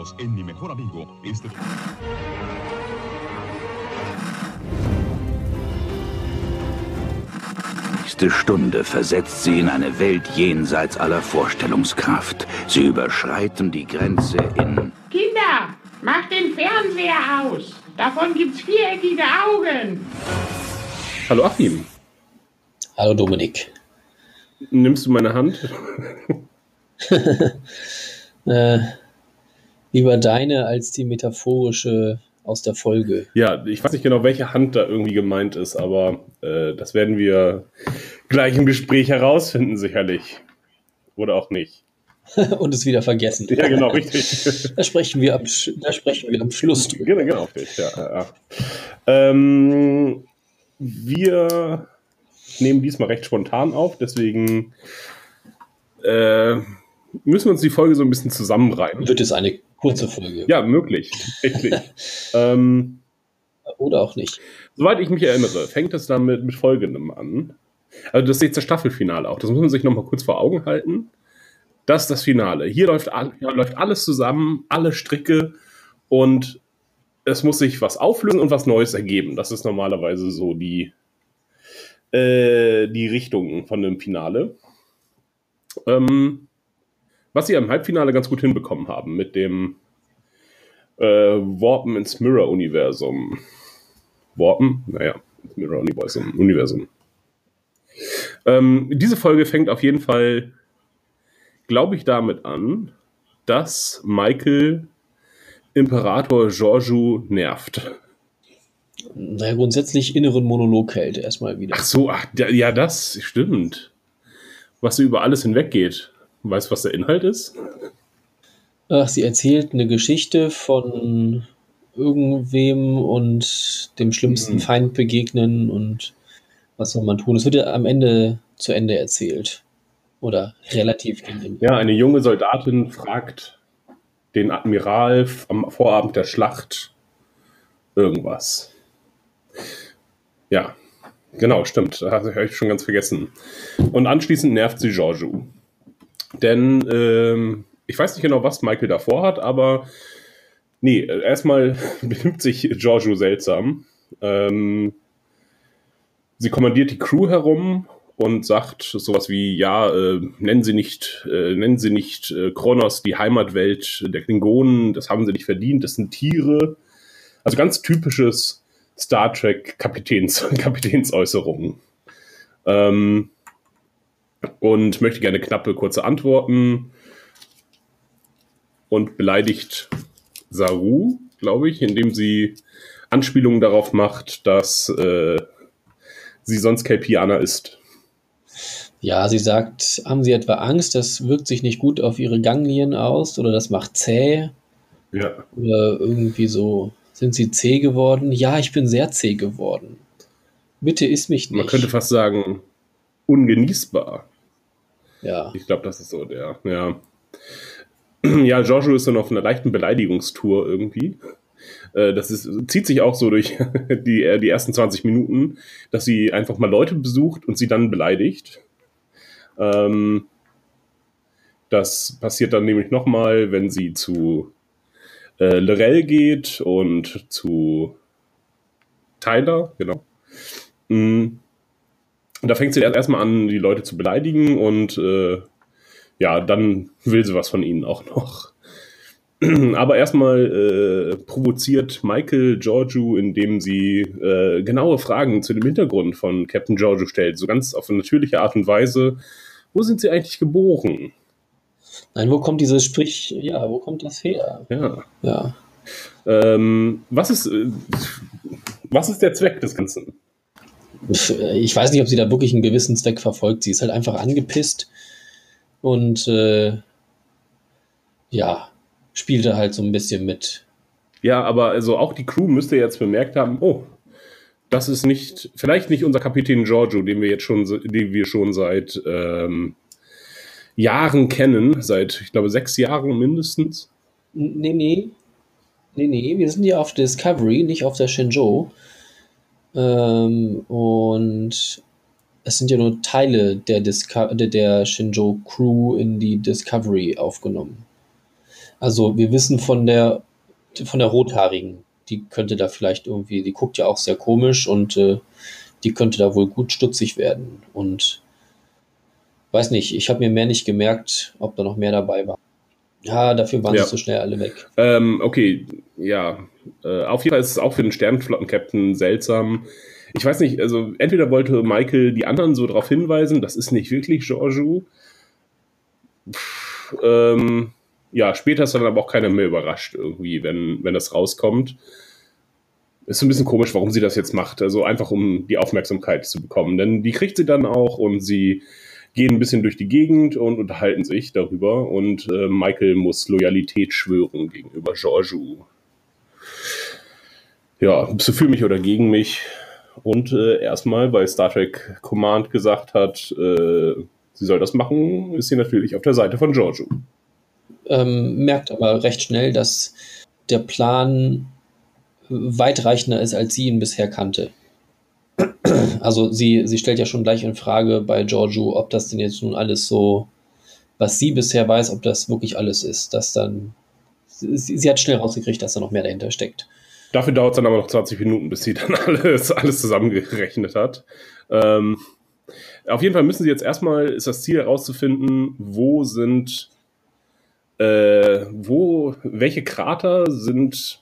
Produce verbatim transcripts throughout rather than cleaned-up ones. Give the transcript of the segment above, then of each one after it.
Bienvenidos en Mi Mejor Amigo. Este... Nächste Stunde versetzt sie in eine Welt jenseits aller Vorstellungskraft. Sie überschreiten die Grenze in... Kinder, macht den Fernseher aus. Davon gibt's viereckige Augen. Hallo Achim. Hallo Dominik. Nimmst du meine Hand? äh, lieber deine als die metaphorische aus der Folge. Ja, ich weiß nicht genau, welche Hand da irgendwie gemeint ist, aber äh, das werden wir gleich im Gespräch herausfinden, sicherlich. Oder auch nicht. Und es wieder vergessen. Ja, genau, richtig. Da sprechen wir am, da sprechen wir am Schluss drüber. Genau, genau, richtig. Ja, ja, ja. Ähm, wir nehmen diesmal recht spontan auf, deswegen äh, müssen wir uns die Folge so ein bisschen zusammenreiben. Wird es eine kurze Folge? Ja, möglich. Richtig. ähm, Oder auch nicht. Soweit ich mich erinnere, fängt es damit mit Folgendem an. Also das ist jetzt das Staffelfinale auch. Das muss man sich nochmal kurz vor Augen halten. Das ist das Finale. Hier läuft, hier läuft alles zusammen, alle Stricke und es muss sich was auflösen und was Neues ergeben. Das ist normalerweise so die, äh, die Richtung von dem Finale. Ähm, was sie im Halbfinale ganz gut hinbekommen haben mit dem äh, Warpen ins Mirror-Universum. Warpen? Naja, ins Mirror-Universum. Universum. Ähm, diese Folge fängt auf jeden Fall, glaube ich, damit an, dass Michael Imperator Georgiou nervt. Naja, grundsätzlich inneren Monolog hält erstmal wieder. Ach so, ach, ja, das stimmt. Was so über alles hinweggeht. Weißt du, was der Inhalt ist? Ach, sie erzählt eine Geschichte von irgendwem und dem schlimmsten hm. Feind begegnen und was soll man tun? Es wird ja am Ende zu Ende erzählt. Oder relativ gegen Ende. Ja, eine junge Soldatin fragt den Admiral am Vorabend der Schlacht irgendwas. Ja, genau, stimmt. Das habe ich schon ganz vergessen. Und anschließend nervt sie Georgiou. Denn ähm, ich weiß nicht genau, was Michael davor hat, aber nee, erstmal benimmt sich Georgiou seltsam. Ähm, sie kommandiert die Crew herum und sagt sowas wie, ja, äh, nennen Sie nicht, äh, nennen Sie nicht äh, Kronos die Heimatwelt der Klingonen, das haben sie nicht verdient, das sind Tiere. Also ganz typisches Star Trek Kapitäns, Kapitänsäußerungen. Ähm, und möchte gerne knappe, kurze Antworten und beleidigt Saru, glaube ich, indem sie Anspielungen darauf macht, dass äh, sie sonst Kelpianer ist. Ja, sie sagt, haben Sie etwa Angst, das wirkt sich nicht gut auf Ihre Ganglien aus oder das macht zäh? Ja. Oder irgendwie so, sind Sie zäh geworden? Ja, ich bin sehr zäh geworden. Bitte iss mich nicht. Man könnte fast sagen, ungenießbar. Ja. Ich glaube, das ist so der, ja. Ja, Georgiou ist dann auf einer leichten Beleidigungstour irgendwie. Das ist, zieht sich auch so durch die, die ersten zwanzig Minuten, dass sie einfach mal Leute besucht und sie dann beleidigt. Ähm, das passiert dann nämlich nochmal, wenn sie zu äh, L'Rell geht und zu Tyler, genau. Und da fängt sie erstmal an, die Leute zu beleidigen und äh, ja, dann will sie was von ihnen auch noch. Aber erstmal äh, provoziert Michael Georgiou, indem sie äh, genaue Fragen zu dem Hintergrund von Captain Georgiou stellt. So ganz auf eine natürliche Art und Weise. Wo sind sie eigentlich geboren? Nein, wo kommt dieses Sprich... Ja, wo kommt das her? Ja. Ja. Ähm, was ist, äh, was ist der Zweck des Ganzen? Ich weiß nicht, ob sie da wirklich einen gewissen Zweck verfolgt. Sie ist halt einfach angepisst und äh, ja... spielte halt so ein bisschen mit. Ja, aber also auch die Crew müsste jetzt bemerkt haben, oh, das ist nicht, vielleicht nicht unser Kapitän Georgiou, den wir jetzt schon, den wir schon seit ähm, Jahren kennen, seit, ich glaube, sechs Jahren mindestens. Nee, nee. Nee, nee, wir sind ja auf Discovery, nicht auf der Shenzhou. Ähm, und es sind ja nur Teile der, Disco- der, der Shenzhou Crew in die Discovery aufgenommen. Also wir wissen von der von der Rothaarigen, die könnte da vielleicht irgendwie, die guckt ja auch sehr komisch und äh, die könnte da wohl gut stutzig werden. Und weiß nicht, ich habe mir mehr nicht gemerkt, ob da noch mehr dabei war. Ja, dafür waren Ja. sie so schnell alle weg. Ähm, okay, ja. Äh, auf jeden Fall ist es auch für den Sternenflotten-Captain seltsam. Ich weiß nicht, also entweder wollte Michael die anderen so darauf hinweisen, das ist nicht wirklich Georgiou. Pff, ähm, ja, später ist dann aber auch keiner mehr überrascht irgendwie, wenn, wenn das rauskommt. Ist so ein bisschen komisch, warum sie das jetzt macht. Also einfach, um die Aufmerksamkeit zu bekommen. Denn die kriegt sie dann auch und sie gehen ein bisschen durch die Gegend und unterhalten sich darüber. Und äh, Michael muss Loyalität schwören gegenüber Georgiou. Ja, bist du für mich oder gegen mich? Und äh, erstmal, weil Star Trek Command gesagt hat, äh, sie soll das machen, ist sie natürlich auf der Seite von Georgiou. Ähm, merkt aber recht schnell, dass der Plan weitreichender ist, als sie ihn bisher kannte. Also sie, sie stellt ja schon gleich in Frage bei Georgiou, ob das denn jetzt nun alles so, was sie bisher weiß, ob das wirklich alles ist. Dass dann, sie, sie hat schnell rausgekriegt, dass da noch mehr dahinter steckt. Dafür dauert es dann aber noch zwanzig Minuten, bis sie dann alles, alles zusammengerechnet hat. Ähm, auf jeden Fall müssen sie jetzt erstmal, ist das Ziel herauszufinden, wo sind, äh, wo, welche Krater sind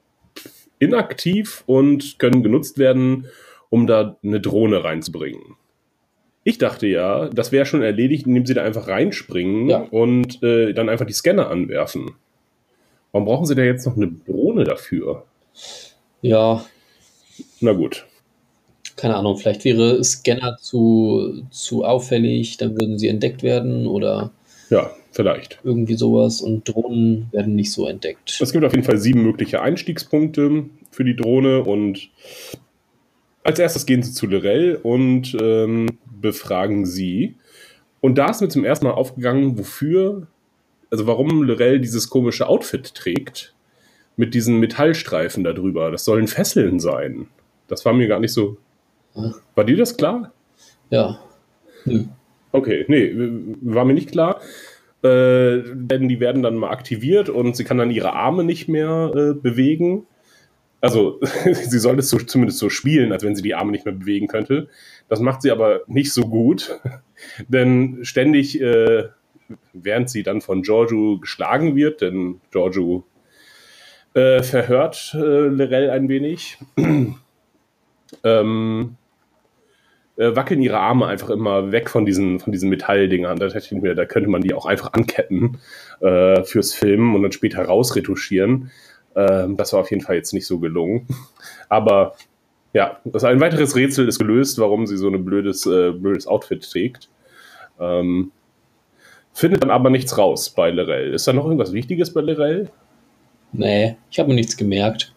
inaktiv und können genutzt werden, um da eine Drohne reinzubringen. Ich dachte ja, das wäre schon erledigt, indem sie da einfach reinspringen Ja. und äh, dann einfach die Scanner anwerfen. Warum brauchen sie da jetzt noch eine Drohne dafür? Ja, Na gut. keine Ahnung, vielleicht wäre Scanner zu, zu auffällig, dann würden sie entdeckt werden oder Ja, vielleicht. irgendwie sowas und Drohnen werden nicht so entdeckt. Es gibt auf jeden Fall sieben mögliche Einstiegspunkte für die Drohne und als erstes gehen sie zu Lorel und ähm, befragen sie. Und da ist mir zum ersten Mal aufgegangen, wofür, also warum Lorel dieses komische Outfit trägt mit diesen Metallstreifen da drüber. Das sollen Fesseln sein. Das war mir gar nicht so... War dir das klar? Ja. Hm. Okay, nee, war mir nicht klar. Äh, denn die werden dann mal aktiviert und sie kann dann ihre Arme nicht mehr äh, bewegen. Also, sie soll es so, zumindest so spielen, als wenn sie die Arme nicht mehr bewegen könnte. Das macht sie aber nicht so gut, denn ständig, äh, während sie dann von Georgiou geschlagen wird, denn Georgiou äh, verhört äh, Lorel ein wenig, ähm, äh, wackeln ihre Arme einfach immer weg von diesen, von diesen Metalldingern. Da, dachte ich mir, da könnte man die auch einfach anketten äh, fürs Filmen und dann später rausretuschieren. Ähm, das war auf jeden Fall jetzt nicht so gelungen. Aber ja, das ein weiteres Rätsel ist gelöst, warum sie so ein blödes, äh, blödes Outfit trägt. Ähm, findet dann aber nichts raus bei Lorel. Ist da noch irgendwas Wichtiges bei Lorel? Nee, ich habe mir nichts gemerkt.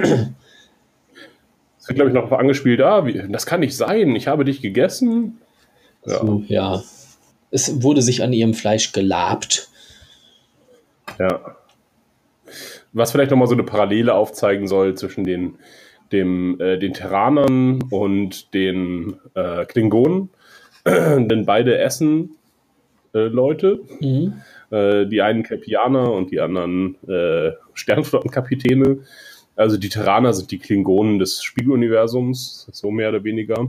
Es wird, glaube ich, noch angespielt, ah, wie, das kann nicht sein, ich habe dich gegessen. Ja. So, ja. Es wurde sich an ihrem Fleisch gelabt. Ja. Was vielleicht nochmal so eine Parallele aufzeigen soll zwischen den, dem, äh, den Terranern und den äh, Klingonen. Denn beide essen äh, Leute. Mhm. Äh, die einen Kelpianer und die anderen äh, Sternflottenkapitäne. Also die Terraner sind die Klingonen des Spiegeluniversums, so mehr oder weniger.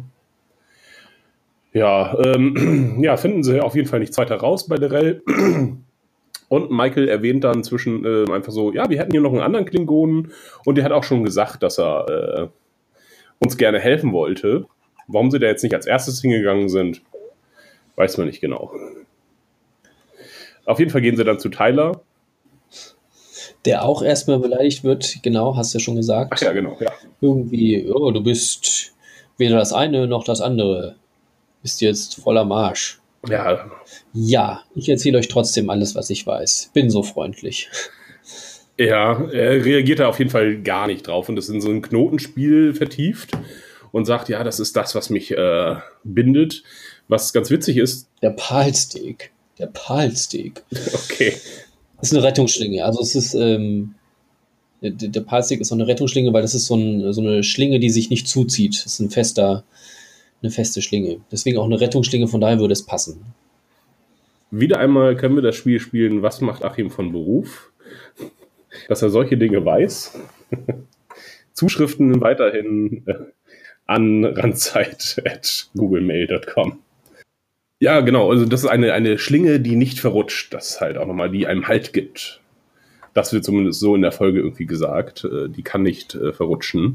Ja, ähm, ja, finden sie auf jeden Fall nichts weiter raus bei Lorel. Und Michael erwähnt dann zwischen äh, einfach so, ja, wir hätten hier noch einen anderen Klingonen und der hat auch schon gesagt, dass er äh, uns gerne helfen wollte. Warum sie da jetzt nicht als erstes hingegangen sind, weiß man nicht genau. Auf jeden Fall gehen sie dann zu Tyler. Der auch erstmal beleidigt wird, genau, hast du ja schon gesagt. Ach ja, genau, ja. Irgendwie, oh, du bist weder das eine noch das andere. Bist jetzt voller Marsch. Ja, Ja, ich erzähle euch trotzdem alles, was ich weiß. Bin so freundlich. ja, er reagiert da auf jeden Fall gar nicht drauf und ist in so ein Knotenspiel vertieft und sagt, ja, das ist das, was mich äh, bindet. Was ganz witzig ist. Der Palsteak. Der Palsteak. Okay. Das ist eine Rettungsschlinge. Also es ist, ähm, der, der Palsteak ist so eine Rettungsschlinge, weil das ist so, ein, so eine Schlinge, die sich nicht zuzieht. Das ist ein fester, eine feste Schlinge. Deswegen auch eine Rettungsschlinge, von daher würde es passen. Wieder einmal können wir das Spiel spielen, was macht Achim von Beruf? dass er solche Dinge weiß. Zuschriften weiterhin äh, an randzeit at googlemail dot com. Ja, genau, also das ist eine, eine Schlinge, die nicht verrutscht. Das ist halt auch nochmal, die einem Halt gibt. Das wird zumindest so in der Folge irgendwie gesagt. Äh, die kann nicht äh, verrutschen.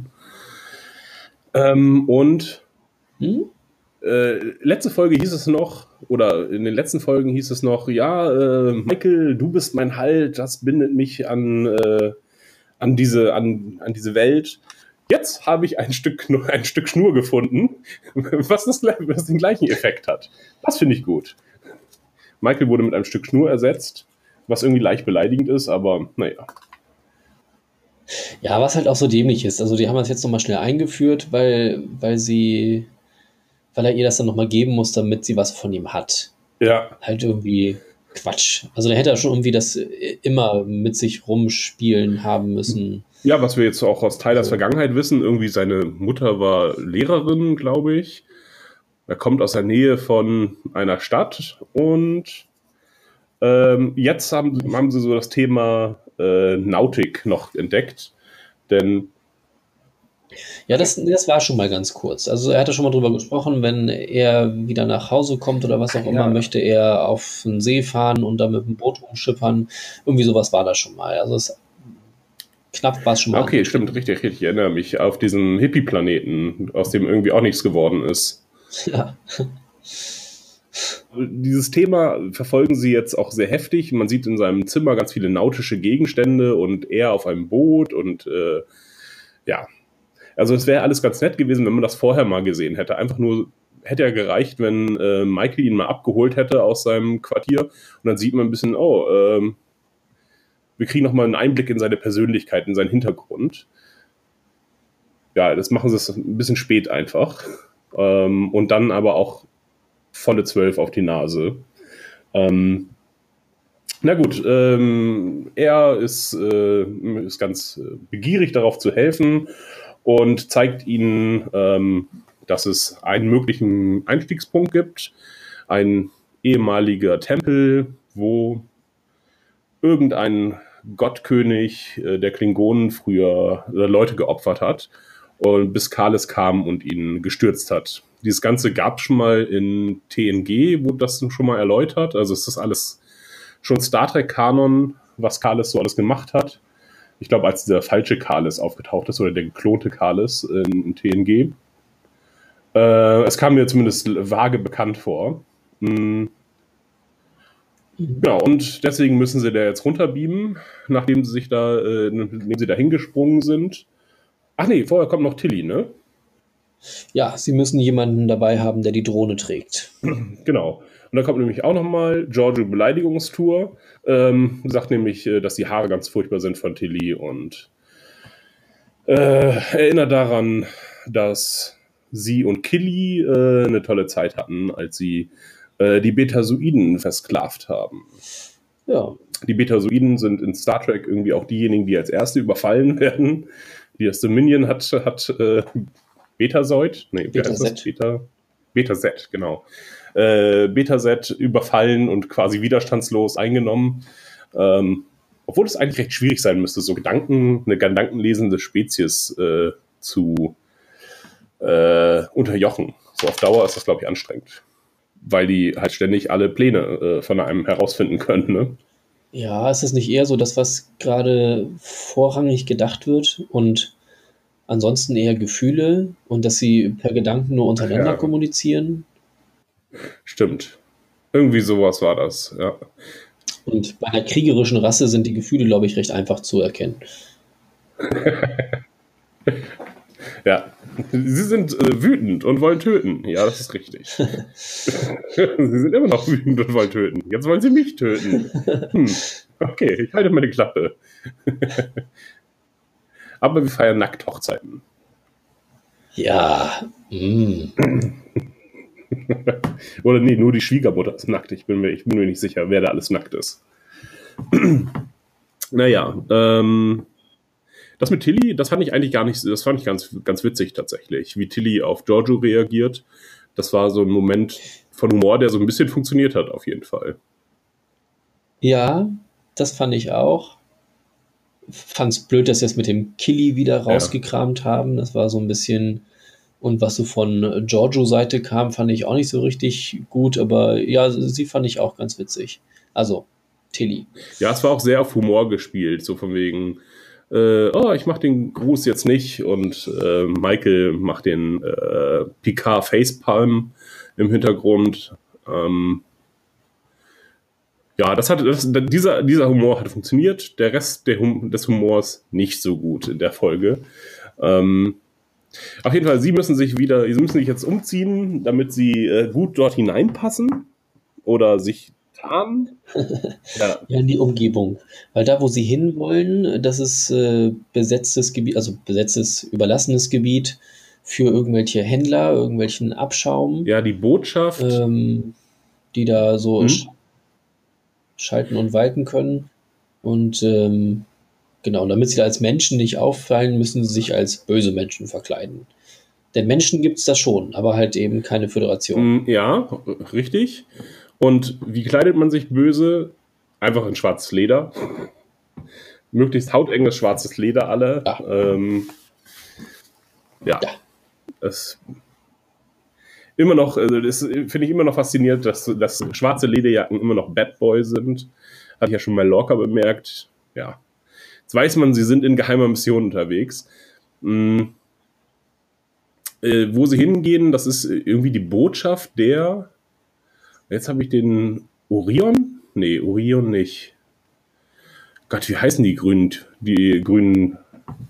Ähm, und hm? äh, letzte Folge hieß es noch, oder in den letzten Folgen hieß es noch, ja, äh, Michael, du bist mein Halt, das bindet mich an, äh, an, diese, an, an diese Welt. Jetzt habe ich ein Stück, ein Stück Schnur gefunden, was, das, was den gleichen Effekt hat. Das finde ich gut. Michael wurde mit einem Stück Schnur ersetzt, was irgendwie leicht beleidigend ist, aber naja. Ja, was halt auch so dämlich ist. Also die haben das jetzt nochmal schnell eingeführt, weil, weil sie, weil er ihr das dann nochmal geben muss, damit sie was von ihm hat. Ja. Halt irgendwie Quatsch. Also da hätte er schon irgendwie das immer mit sich rumspielen haben müssen. Ja, was wir jetzt auch aus Tylers Vergangenheit wissen, irgendwie seine Mutter war Lehrerin, glaube ich. Er kommt aus der Nähe von einer Stadt und ähm, jetzt haben, haben sie so das Thema äh, Nautik noch entdeckt, denn ja, das, das war schon mal ganz kurz. Also er hatte schon mal drüber gesprochen, wenn er wieder nach Hause kommt oder was auch immer, ja. möchte er auf den See fahren und dann mit dem Boot rumschippern. Irgendwie sowas war das schon mal. Also es knapp war es schon mal. Okay, stimmt, richtig, richtig. Ich erinnere mich auf diesen Hippie-Planeten, aus dem irgendwie auch nichts geworden ist. Ja. Dieses Thema verfolgen sie jetzt auch sehr heftig. Man sieht in seinem Zimmer ganz viele nautische Gegenstände und er auf einem Boot und äh, ja. Also es wäre alles ganz nett gewesen, wenn man das vorher mal gesehen hätte. Einfach nur, hätte ja gereicht, wenn äh, Michael ihn mal abgeholt hätte aus seinem Quartier und dann sieht man ein bisschen, oh, ähm, wir kriegen nochmal einen Einblick in seine Persönlichkeit, in seinen Hintergrund. Ja, das machen sie ein bisschen spät einfach. Ähm, und dann aber auch volle zwölf auf die Nase. Ähm, na gut, ähm, er ist, äh, ist ganz begierig darauf zu helfen und zeigt ihnen, ähm, dass es einen möglichen Einstiegspunkt gibt. Ein ehemaliger Tempel, wo irgendein Gottkönig äh, der Klingonen früher äh, Leute geopfert hat und bis Kahless kam und ihn gestürzt hat. Dieses Ganze gab es schon mal in T N G, wurde das schon mal erläutert. Also es ist alles schon Star Trek-Kanon, was Kahless so alles gemacht hat. Ich glaube, als der falsche Kahless aufgetaucht ist oder der geklonte Kahless in, in T N G. Äh, es kam mir zumindest vage bekannt vor. Hm. Genau, und deswegen müssen sie da jetzt runterbeamen, nachdem sie sich da, äh, nachdem sie da hingesprungen sind. Ach nee, vorher kommt noch Tilly, ne? Ja, sie müssen jemanden dabei haben, der die Drohne trägt. Genau. Und dann kommt nämlich auch nochmal Giorgio Beleidigungstour. Ähm, sagt nämlich, dass die Haare ganz furchtbar sind von Tilly und äh, erinnert daran, dass sie und Killy äh, eine tolle Zeit hatten, als sie äh, die Betasoiden versklavt haben. Ja. Die Betasoiden sind in Star Trek irgendwie auch diejenigen, die als Erste überfallen werden. Die erste Dominion hat, hat äh, Betazoid, nee, Beta-Z. Beta, Beta-Z, genau. Äh, Beta-Z überfallen und quasi widerstandslos eingenommen. Ähm, obwohl es eigentlich recht schwierig sein müsste, so Gedanken, eine gedankenlesende Spezies äh, zu äh, unterjochen. So auf Dauer ist das, glaube ich, anstrengend. Weil die halt ständig alle Pläne äh, von einem herausfinden können, ne? Ja, ist es nicht eher so das, was gerade vorrangig gedacht wird und ansonsten eher Gefühle und dass sie per Gedanken nur untereinander Ja. kommunizieren? Stimmt. Irgendwie sowas war das, ja. Und bei einer kriegerischen Rasse sind die Gefühle, glaube ich, recht einfach zu erkennen. Ja, sie sind äh, wütend und wollen töten. Ja, das ist richtig. Sie sind immer noch wütend und wollen töten. Jetzt wollen sie mich töten. Hm. Okay, ich halte meine Klappe. Aber wir feiern Nackthochzeiten. Ja. Mm. Oder nee, nur die Schwiegermutter ist nackt. Ich bin mir, ich bin mir nicht sicher, wer da alles nackt ist. Naja, ähm... das mit Tilly, das fand ich eigentlich gar nicht, das fand ich ganz, ganz witzig tatsächlich, wie Tilly auf Giorgio reagiert. Das war so ein Moment von Humor, der so ein bisschen funktioniert hat, auf jeden Fall. Ja, das fand ich auch. fand es blöd, dass sie es mit dem Killy wieder rausgekramt ja. haben. Das war so ein bisschen... Und was so von Giorgio-Seite kam, fand ich auch nicht so richtig gut. Aber ja, sie fand ich auch ganz witzig. Also, Tilly. Ja, es war auch sehr auf Humor gespielt. So von wegen... Äh, oh, ich mach den Gruß jetzt nicht und äh, Michael macht den äh, Picard Facepalm im Hintergrund. Ähm, ja, das hat, das, dieser, dieser Humor hat funktioniert, der Rest der hum, des Humors nicht so gut in der Folge. Ähm, auf jeden Fall, sie müssen sich wieder, sie müssen sich jetzt umziehen, damit sie äh, gut dort hineinpassen oder sich tarnen. Ja. Ja, in die Umgebung. Weil da, wo sie hinwollen, das ist äh, besetztes Gebiet, also besetztes, überlassenes Gebiet für irgendwelche Händler, irgendwelchen Abschaum. Ja, die Botschaft. Ähm, die da so hm? sch- schalten und walten können. Und ähm, genau, damit sie da als Menschen nicht auffallen, müssen sie sich als böse Menschen verkleiden. Denn Menschen gibt es da schon, aber halt eben keine Föderation. Ja, richtig. Und wie kleidet man sich böse? Einfach in schwarzes Leder. Möglichst hautenges schwarzes Leder alle. Ja. Ähm, ja. Ja. Das immer noch, also das finde ich immer noch faszinierend, dass, dass schwarze Lederjacken immer noch Bad Boy sind. Hatte ich ja schon mal Lorca bemerkt. Ja. Jetzt weiß man, sie sind in geheimer Mission unterwegs. Mhm. Äh, wo sie hingehen, das ist irgendwie die Botschaft der... Jetzt habe ich den Orion? Nee, Orion nicht. Gott, wie heißen die grünen, die grünen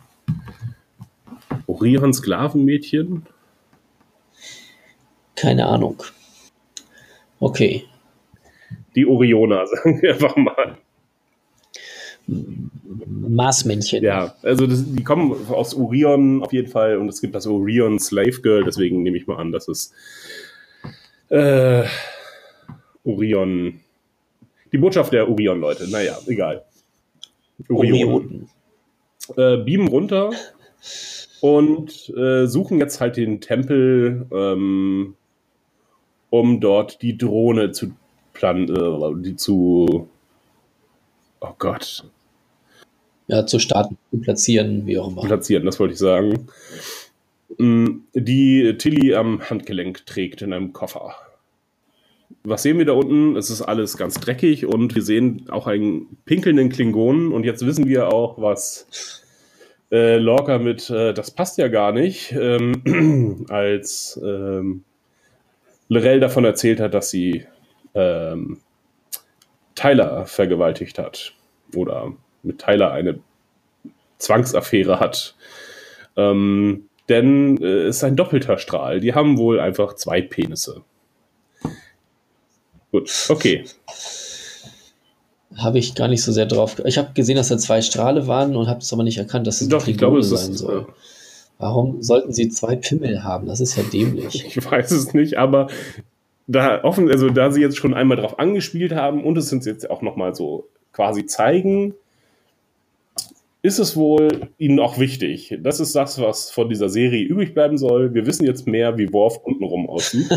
Orion-Sklavenmädchen? Keine Ahnung. Okay. Die Orioner, sagen wir einfach mal. Marsmännchen. Ja, also das, die kommen aus Orion auf jeden Fall und es gibt das Orion Slave Girl, deswegen nehme ich mal an, dass es äh, Orion, die Botschaft der Orion-Leute, naja, egal. Orion. Äh, beamen runter und äh, suchen jetzt halt den Tempel, ähm, um dort die Drohne zu plan äh, die zu oh Gott. Ja, zu starten, zu platzieren, wie auch immer. Platzieren, das wollte ich sagen. Die Tilly am Handgelenk trägt in einem Koffer. Was sehen wir da unten? Es ist alles ganz dreckig und wir sehen auch einen pinkelnden Klingonen und jetzt wissen wir auch, was äh, Lorca mit äh, das passt ja gar nicht, ähm, als ähm, L'Rell davon erzählt hat, dass sie ähm, Tyler vergewaltigt hat oder mit Tyler eine Zwangsaffäre hat. Ähm, denn es äh, ist ein doppelter Strahl. Die haben wohl einfach zwei Penisse. Gut, okay. Habe ich gar nicht so sehr drauf. Ich habe gesehen, dass da zwei Strahle waren und habe es aber nicht erkannt, dass es Doch, ich glaube, es sein ist, soll. Warum sollten sie zwei Pimmel haben? Das ist ja dämlich. Ich weiß es nicht, aber da offen, also da sie jetzt schon einmal drauf angespielt haben und es uns jetzt auch nochmal so quasi zeigen, ist es wohl ihnen auch wichtig. Das ist das, was von dieser Serie übrig bleiben soll. Wir wissen jetzt mehr, wie Worf untenrum aussieht.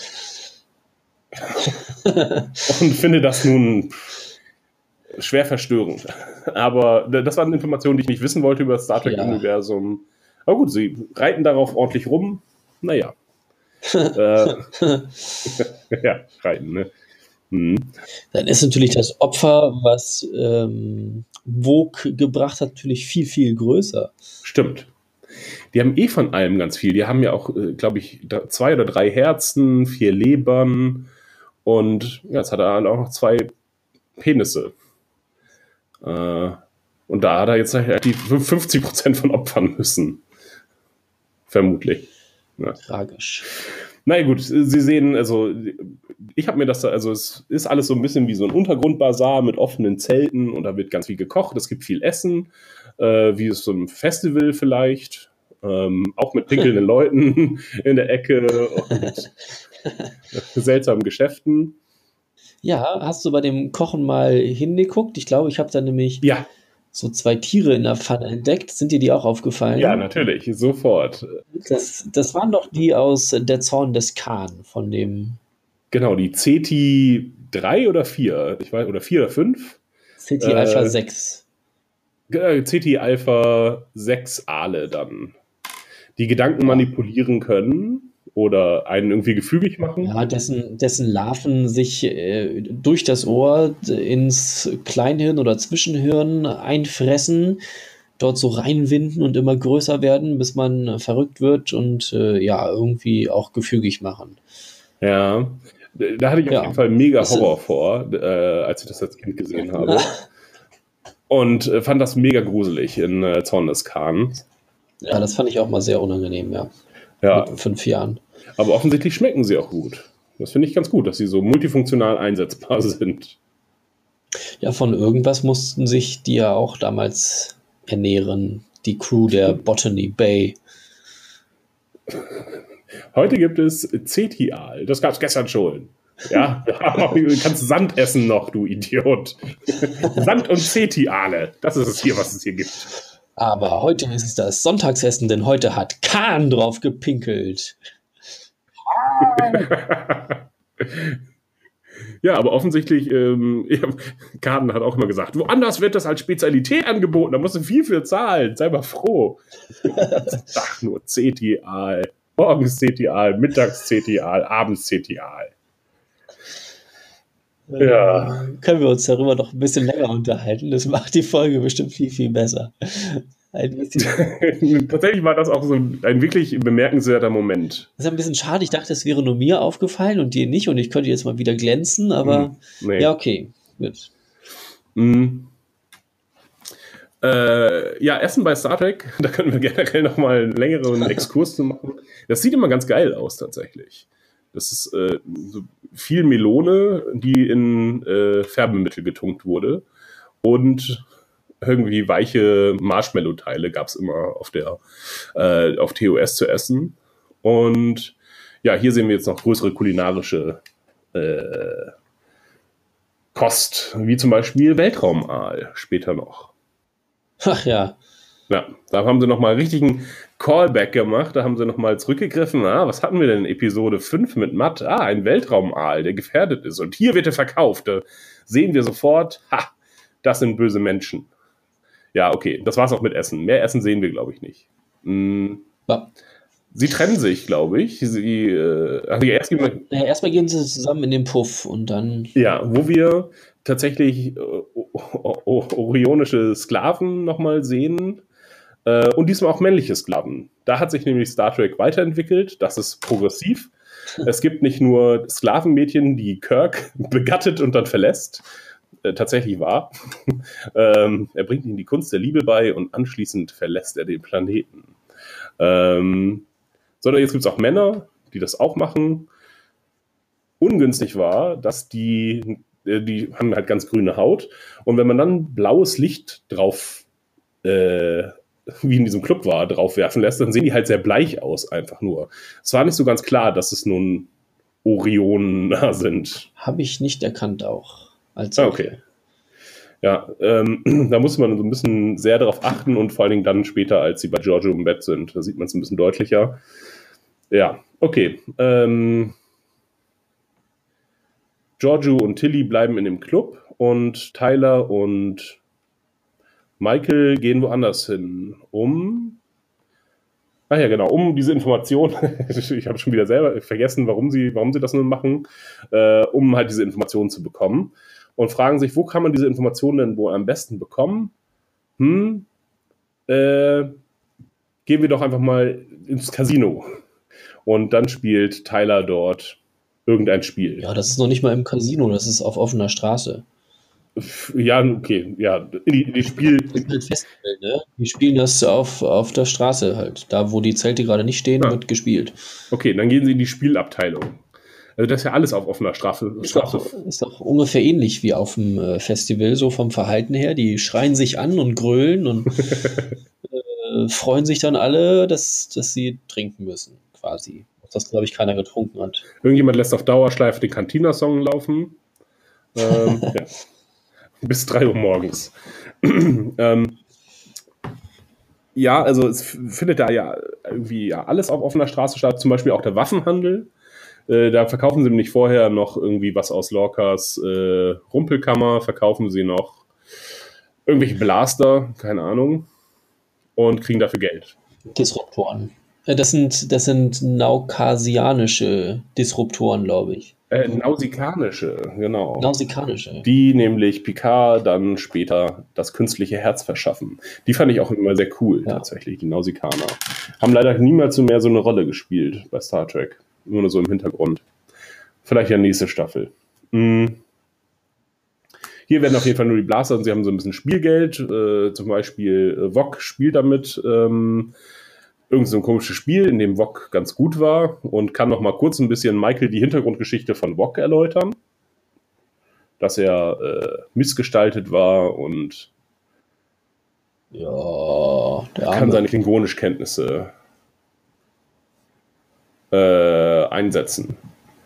Und finde das nun schwer verstörend. Aber das waren Informationen, die ich nicht wissen wollte über das Star Trek-Universum. Ja. Aber gut, sie reiten darauf ordentlich rum. Naja. äh, ja, reiten, ne? Hm. Dann ist natürlich das Opfer, was ähm, Vogue gebracht hat, natürlich viel, viel größer. Stimmt. Die haben eh von allem ganz viel. Die haben ja auch, äh, glaube ich, zwei oder drei Herzen, vier Lebern und ja, jetzt hat er auch noch zwei Penisse. Äh, und da hat er jetzt halt die fünfzig Prozent von opfern müssen. Vermutlich. Ja. Tragisch. Naja gut, Sie sehen, also ich habe mir das, also es ist alles so ein bisschen wie so ein Untergrundbasar mit offenen Zelten und da wird ganz viel gekocht, es gibt viel Essen, äh, wie es so ein Festival vielleicht, ähm, auch mit pinkelnden Leuten in der Ecke und seltsamen Geschäften. Ja, hast du bei dem Kochen mal hingeguckt? Ich glaube, ich habe da nämlich ja. so zwei Tiere in der Pfanne entdeckt. Sind dir die auch aufgefallen? Ja, natürlich, sofort. Das, das waren doch die aus Der Zorn des Khan von dem... Genau, die C T drei oder vier, ich weiß, oder vier oder fünf. C T Alpha sechs. C T Alpha sechs Aale dann, die Gedanken manipulieren können oder einen irgendwie gefügig machen. Ja, dessen, dessen Larven sich äh, durch das Ohr ins Kleinhirn oder Zwischenhirn einfressen, dort so reinwinden und immer größer werden, bis man verrückt wird und äh, ja, irgendwie auch gefügig machen. Ja, da hatte ich auf Ja. jeden Fall mega Das Horror vor, äh, als ich das als Kind gesehen habe. Und äh, fand das mega gruselig in äh, Zorn des Kahns. Ja, das fand ich auch mal sehr unangenehm, ja. Ja, Mit fünf Jahren. aber offensichtlich schmecken sie auch gut. Das finde ich ganz gut, dass sie so multifunktional einsetzbar sind. Ja, von irgendwas mussten sich die ja auch damals ernähren. Die Crew der Botany Bay. Heute gibt es Cetial. Das gab es gestern schon. Ja, du kannst Sand essen noch, du Idiot. Sand und Cetiale. Das ist es hier, was es hier gibt. Aber heute ist es das Sonntagsessen, denn heute hat Kahn drauf gepinkelt. Ja, aber offensichtlich, ähm, ja, Kaden hat auch immer gesagt, woanders wird das als Spezialität angeboten, da musst du viel für zahlen, sei mal froh. Ach, nur Cetial. Morgens Cetial, mittags Cetial, abends Cetial. Ja. Können wir uns darüber noch ein bisschen länger unterhalten? Das macht die Folge bestimmt viel, viel besser. Ein bisschen. Tatsächlich war das auch so ein, ein wirklich bemerkenswerter Moment. Das ist ein bisschen schade. Ich dachte, es wäre nur mir aufgefallen und dir nicht und ich könnte jetzt mal wieder glänzen, aber Hm, nee. ja, okay. Gut. Mhm. Äh, ja, Essen bei Star Trek, da können wir generell nochmal einen längeren Exkurs zu machen. Das sieht immer ganz geil aus, tatsächlich. Das ist äh, so viel Melone, die in äh, Färbemittel getunkt wurde. Und irgendwie weiche Marshmallow-Teile gab es immer auf der äh, auf T O S zu essen. Und ja, hier sehen wir jetzt noch größere kulinarische äh, Kost, wie zum Beispiel Weltraumaal später noch. Ach ja. Ja, da haben sie nochmal richtigen Callback gemacht, da haben sie nochmal zurückgegriffen. Ah, was hatten wir denn in Episode fünf mit Matt? Ah, ein Weltraumaal, der gefährdet ist. Und hier wird er verkauft. Da sehen wir sofort, ha, das sind böse Menschen. Ja, okay, das war's auch mit Essen. Mehr Essen sehen wir, glaube ich, nicht. Hm. Ja. Sie trennen sich, glaube ich. Sie, äh, also erst gehen wir, Naja, erstmal gehen sie zusammen in den Puff und dann. ja, wo wir tatsächlich äh, o- o- orionische Sklaven nochmal sehen. Äh, und diesmal auch männliche Sklaven. Da hat sich nämlich Star Trek weiterentwickelt. Das ist progressiv. Es gibt nicht nur Sklavenmädchen, die Kirk begattet und dann verlässt. Äh, tatsächlich wahr. ähm, er bringt ihnen die Kunst der Liebe bei und anschließend verlässt er den Planeten. Ähm, sondern jetzt gibt es auch Männer, die das auch machen. Ungünstig war, dass die, äh, die haben halt ganz grüne Haut. Und wenn man dann blaues Licht drauf, äh, wie in diesem Club war, drauf werfen lässt, dann sehen die halt sehr bleich aus, einfach nur. Es war nicht so ganz klar, dass es nun Orioner sind. Habe ich nicht erkannt auch. Als Ah, okay. Ja, ähm, da muss man so ein bisschen sehr darauf achten und vor allen Dingen dann später, als sie bei Giorgio im Bett sind. Da sieht man es ein bisschen deutlicher. Ja, okay. Ähm, Giorgio und Tilly bleiben in dem Club und Tyler und Michael gehen woanders hin, um... Ach ja, genau, um diese Information, ich habe schon wieder selber vergessen, warum sie, warum sie das nun machen, äh, um halt diese Informationen zu bekommen. Und fragen sich, wo kann man diese Informationen denn wohl am besten bekommen? Hm, äh, gehen wir doch einfach mal ins Casino. Und dann spielt Tyler dort irgendein Spiel. Ja, das ist noch nicht mal im Casino, das ist auf offener Straße. Ja, okay, ja, die, die Spiel... Das ist ein Festival, ne? Die spielen das auf, auf der Straße halt. Da, wo die Zelte gerade nicht stehen, Ah. wird gespielt. Okay, dann gehen sie in die Spielabteilung. Also das ist ja alles auf offener Straße. Ist doch, ist doch ungefähr ähnlich wie auf dem äh, Festival, so vom Verhalten her. Die schreien sich an und grölen und äh, freuen sich dann alle, dass, dass sie trinken müssen, quasi. Das, glaube ich, keiner getrunken hat. Irgendjemand lässt auf Dauerschleife den Cantina-Song laufen. Ähm, ja. Bis drei Uhr morgens. ähm, ja, also es f- findet da ja irgendwie ja alles auf offener Straße statt, zum Beispiel auch der Waffenhandel. Äh, da verkaufen sie nämlich vorher noch irgendwie was aus Lorcas äh, Rumpelkammer, verkaufen sie noch irgendwelche Blaster, keine Ahnung, und kriegen dafür Geld. Disruptoren. Äh, Das sind, das sind naukasianische Disruptoren, glaube ich. Äh, nausikanische, genau. Nausikanische. Die nämlich Picard dann später das künstliche Herz verschaffen. Die fand ich auch immer sehr cool, Ja. tatsächlich, die Nausikaner. Haben leider niemals so mehr so eine Rolle gespielt bei Star Trek. Immer nur so im Hintergrund. Vielleicht ja nächste Staffel. Mhm. Hier werden auf jeden Fall nur die Blaster und sie haben so ein bisschen Spielgeld. Äh, zum Beispiel äh, Vok spielt damit ähm, irgend so ein komisches Spiel, in dem Vok ganz gut war und kann noch mal kurz ein bisschen Michael die Hintergrundgeschichte von Vok erläutern. Dass er äh, missgestaltet war und Ja, der kann Arme. seine Klingonisch-Kenntnisse äh, einsetzen.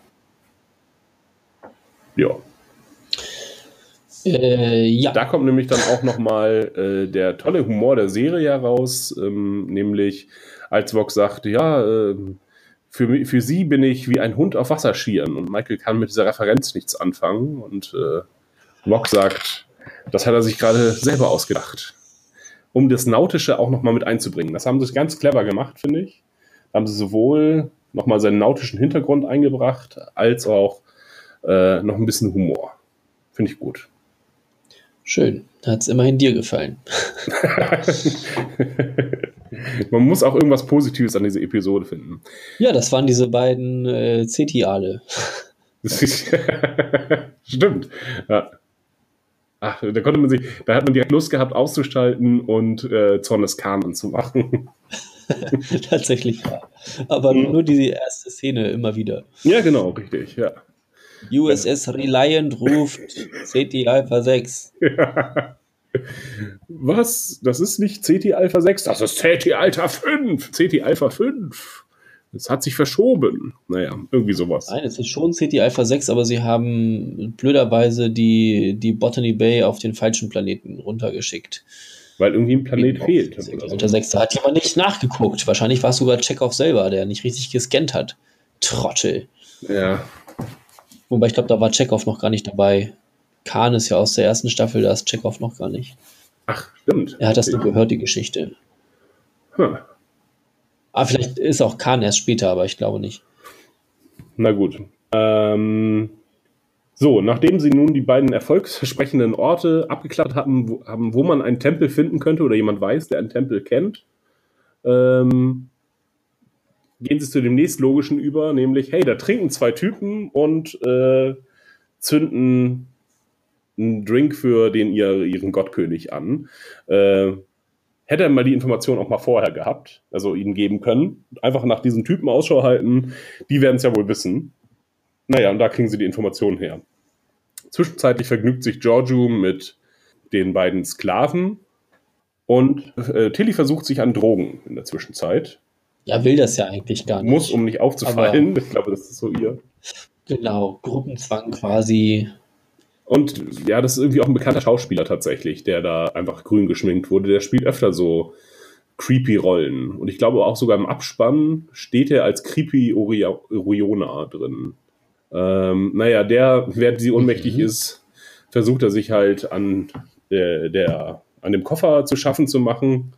Ja. Äh, ja. Da kommt nämlich dann auch nochmal äh, der tolle Humor der Serie heraus, ähm, nämlich als Vok sagt, ja, äh, für, mi- für sie bin ich wie ein Hund auf Wasserskiern und Michael kann mit dieser Referenz nichts anfangen und äh, Vok sagt, das hat er sich gerade selber ausgedacht, um das Nautische auch nochmal mit einzubringen. Das haben sie ganz clever gemacht, finde ich. Da haben sie sowohl nochmal seinen nautischen Hintergrund eingebracht, als auch äh, noch ein bisschen Humor. Finde ich gut. Schön. Hat es immerhin dir gefallen. Man muss auch irgendwas Positives an dieser Episode finden. Ja, das waren diese beiden äh, Zetiale. Das ist Stimmt. Ja. Ach, da konnte man sich, da hat man direkt Lust gehabt, auszuschalten und äh, Zornes Khan anzumachen. Tatsächlich ja. Aber Mhm. nur diese erste Szene immer wieder. Ja, genau, richtig, ja. U S S Reliant ruft C T Alpha sechs. Was? Das ist nicht C T Alpha sechs, das ist C T Alpha fünf. C T Alpha fünf. Das hat sich verschoben. Naja, irgendwie sowas. Nein, es ist schon C T Alpha sechs, aber sie haben blöderweise die, die Botany Bay auf den falschen Planeten runtergeschickt. Weil irgendwie ein Planet Genau, fehlt. C T Oder Alpha so. sechs. Da hat jemand nicht nachgeguckt. Wahrscheinlich war es sogar Chekhov selber, der nicht richtig gescannt hat. Trottel. Ja. Wobei ich glaube, da war Chekhov noch gar nicht dabei. Khan ist ja aus der ersten Staffel, da ist Chekhov noch gar nicht. Ach, stimmt. Er hat das nur gehört, die Geschichte. Hm. Ah, vielleicht ist auch Khan erst später, aber ich glaube nicht. Na gut. Ähm, so, nachdem sie nun die beiden erfolgsversprechenden Orte abgeklappert haben wo, haben, wo man einen Tempel finden könnte oder jemand weiß, der einen Tempel kennt, ähm, gehen sie zu dem nächstlogischen über, nämlich, hey, da trinken zwei Typen und äh, zünden einen Drink für den ihr, ihren Gottkönig an. Äh, hätte er mal die Information auch mal vorher gehabt, also ihnen geben können. Einfach nach diesen Typen Ausschau halten, die werden es ja wohl wissen. Naja, und da kriegen sie die Informationen her. Zwischenzeitlich vergnügt sich Georgiou mit den beiden Sklaven und äh, Tilly versucht sich an Drogen in der Zwischenzeit. Ja, will das ja eigentlich gar nicht. Muss, um nicht aufzufallen. Ich glaube, das ist so ihr. Genau, Gruppenzwang quasi. Und ja, das ist irgendwie auch ein bekannter Schauspieler tatsächlich, der da einfach grün geschminkt wurde. Der spielt öfter so creepy Rollen. Und ich glaube auch sogar im Abspann steht er als creepy Oriona drin. Ähm, naja, der, während sie ohnmächtig Mhm. ist, versucht er sich halt an, äh, der, an dem Koffer zu schaffen zu machen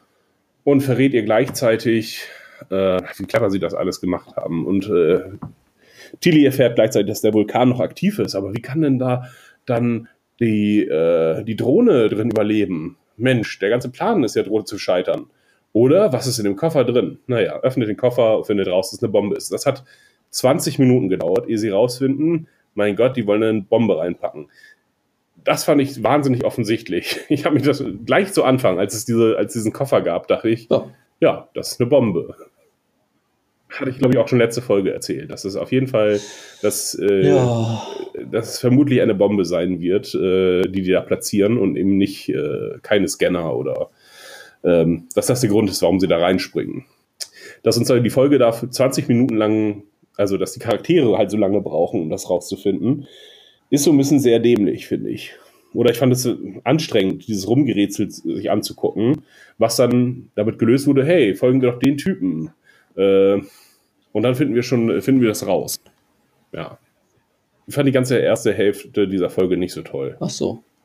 und verrät ihr gleichzeitig, äh, wie clever sie das alles gemacht haben. Und äh, Tilly erfährt gleichzeitig, dass der Vulkan noch aktiv ist. Aber wie kann denn da dann die, äh, die Drohne drin überleben? Mensch, der ganze Plan ist ja droht zu scheitern. Oder was ist in dem Koffer drin? Naja, öffnet den Koffer und findet raus, dass es eine Bombe ist. Das hat zwanzig Minuten gedauert, ehe sie rausfinden, mein Gott, die wollen eine Bombe reinpacken. Das fand ich wahnsinnig offensichtlich. Ich habe mich das gleich zu Anfang, als es diese, als diesen Koffer gab, dachte ich, Ja. ja, das ist eine Bombe. Hatte ich, glaube ich, auch schon letzte Folge erzählt. Das ist auf jeden Fall, dass, äh, Ja. dass es vermutlich eine Bombe sein wird, äh, die die da platzieren und eben nicht äh, keine Scanner oder ähm, dass das der Grund ist, warum sie da reinspringen. Dass uns also die Folge da für zwanzig Minuten lang, also dass die Charaktere halt so lange brauchen, um das rauszufinden, ist so ein bisschen sehr dämlich, finde ich. Oder ich fand es anstrengend, dieses Rumgerätsel sich anzugucken, was dann damit gelöst wurde, hey, folgen wir doch den Typen. Äh, und dann finden wir schon, finden wir das raus. Ja. Ich fand die ganze erste Hälfte dieser Folge nicht so toll. Ach so.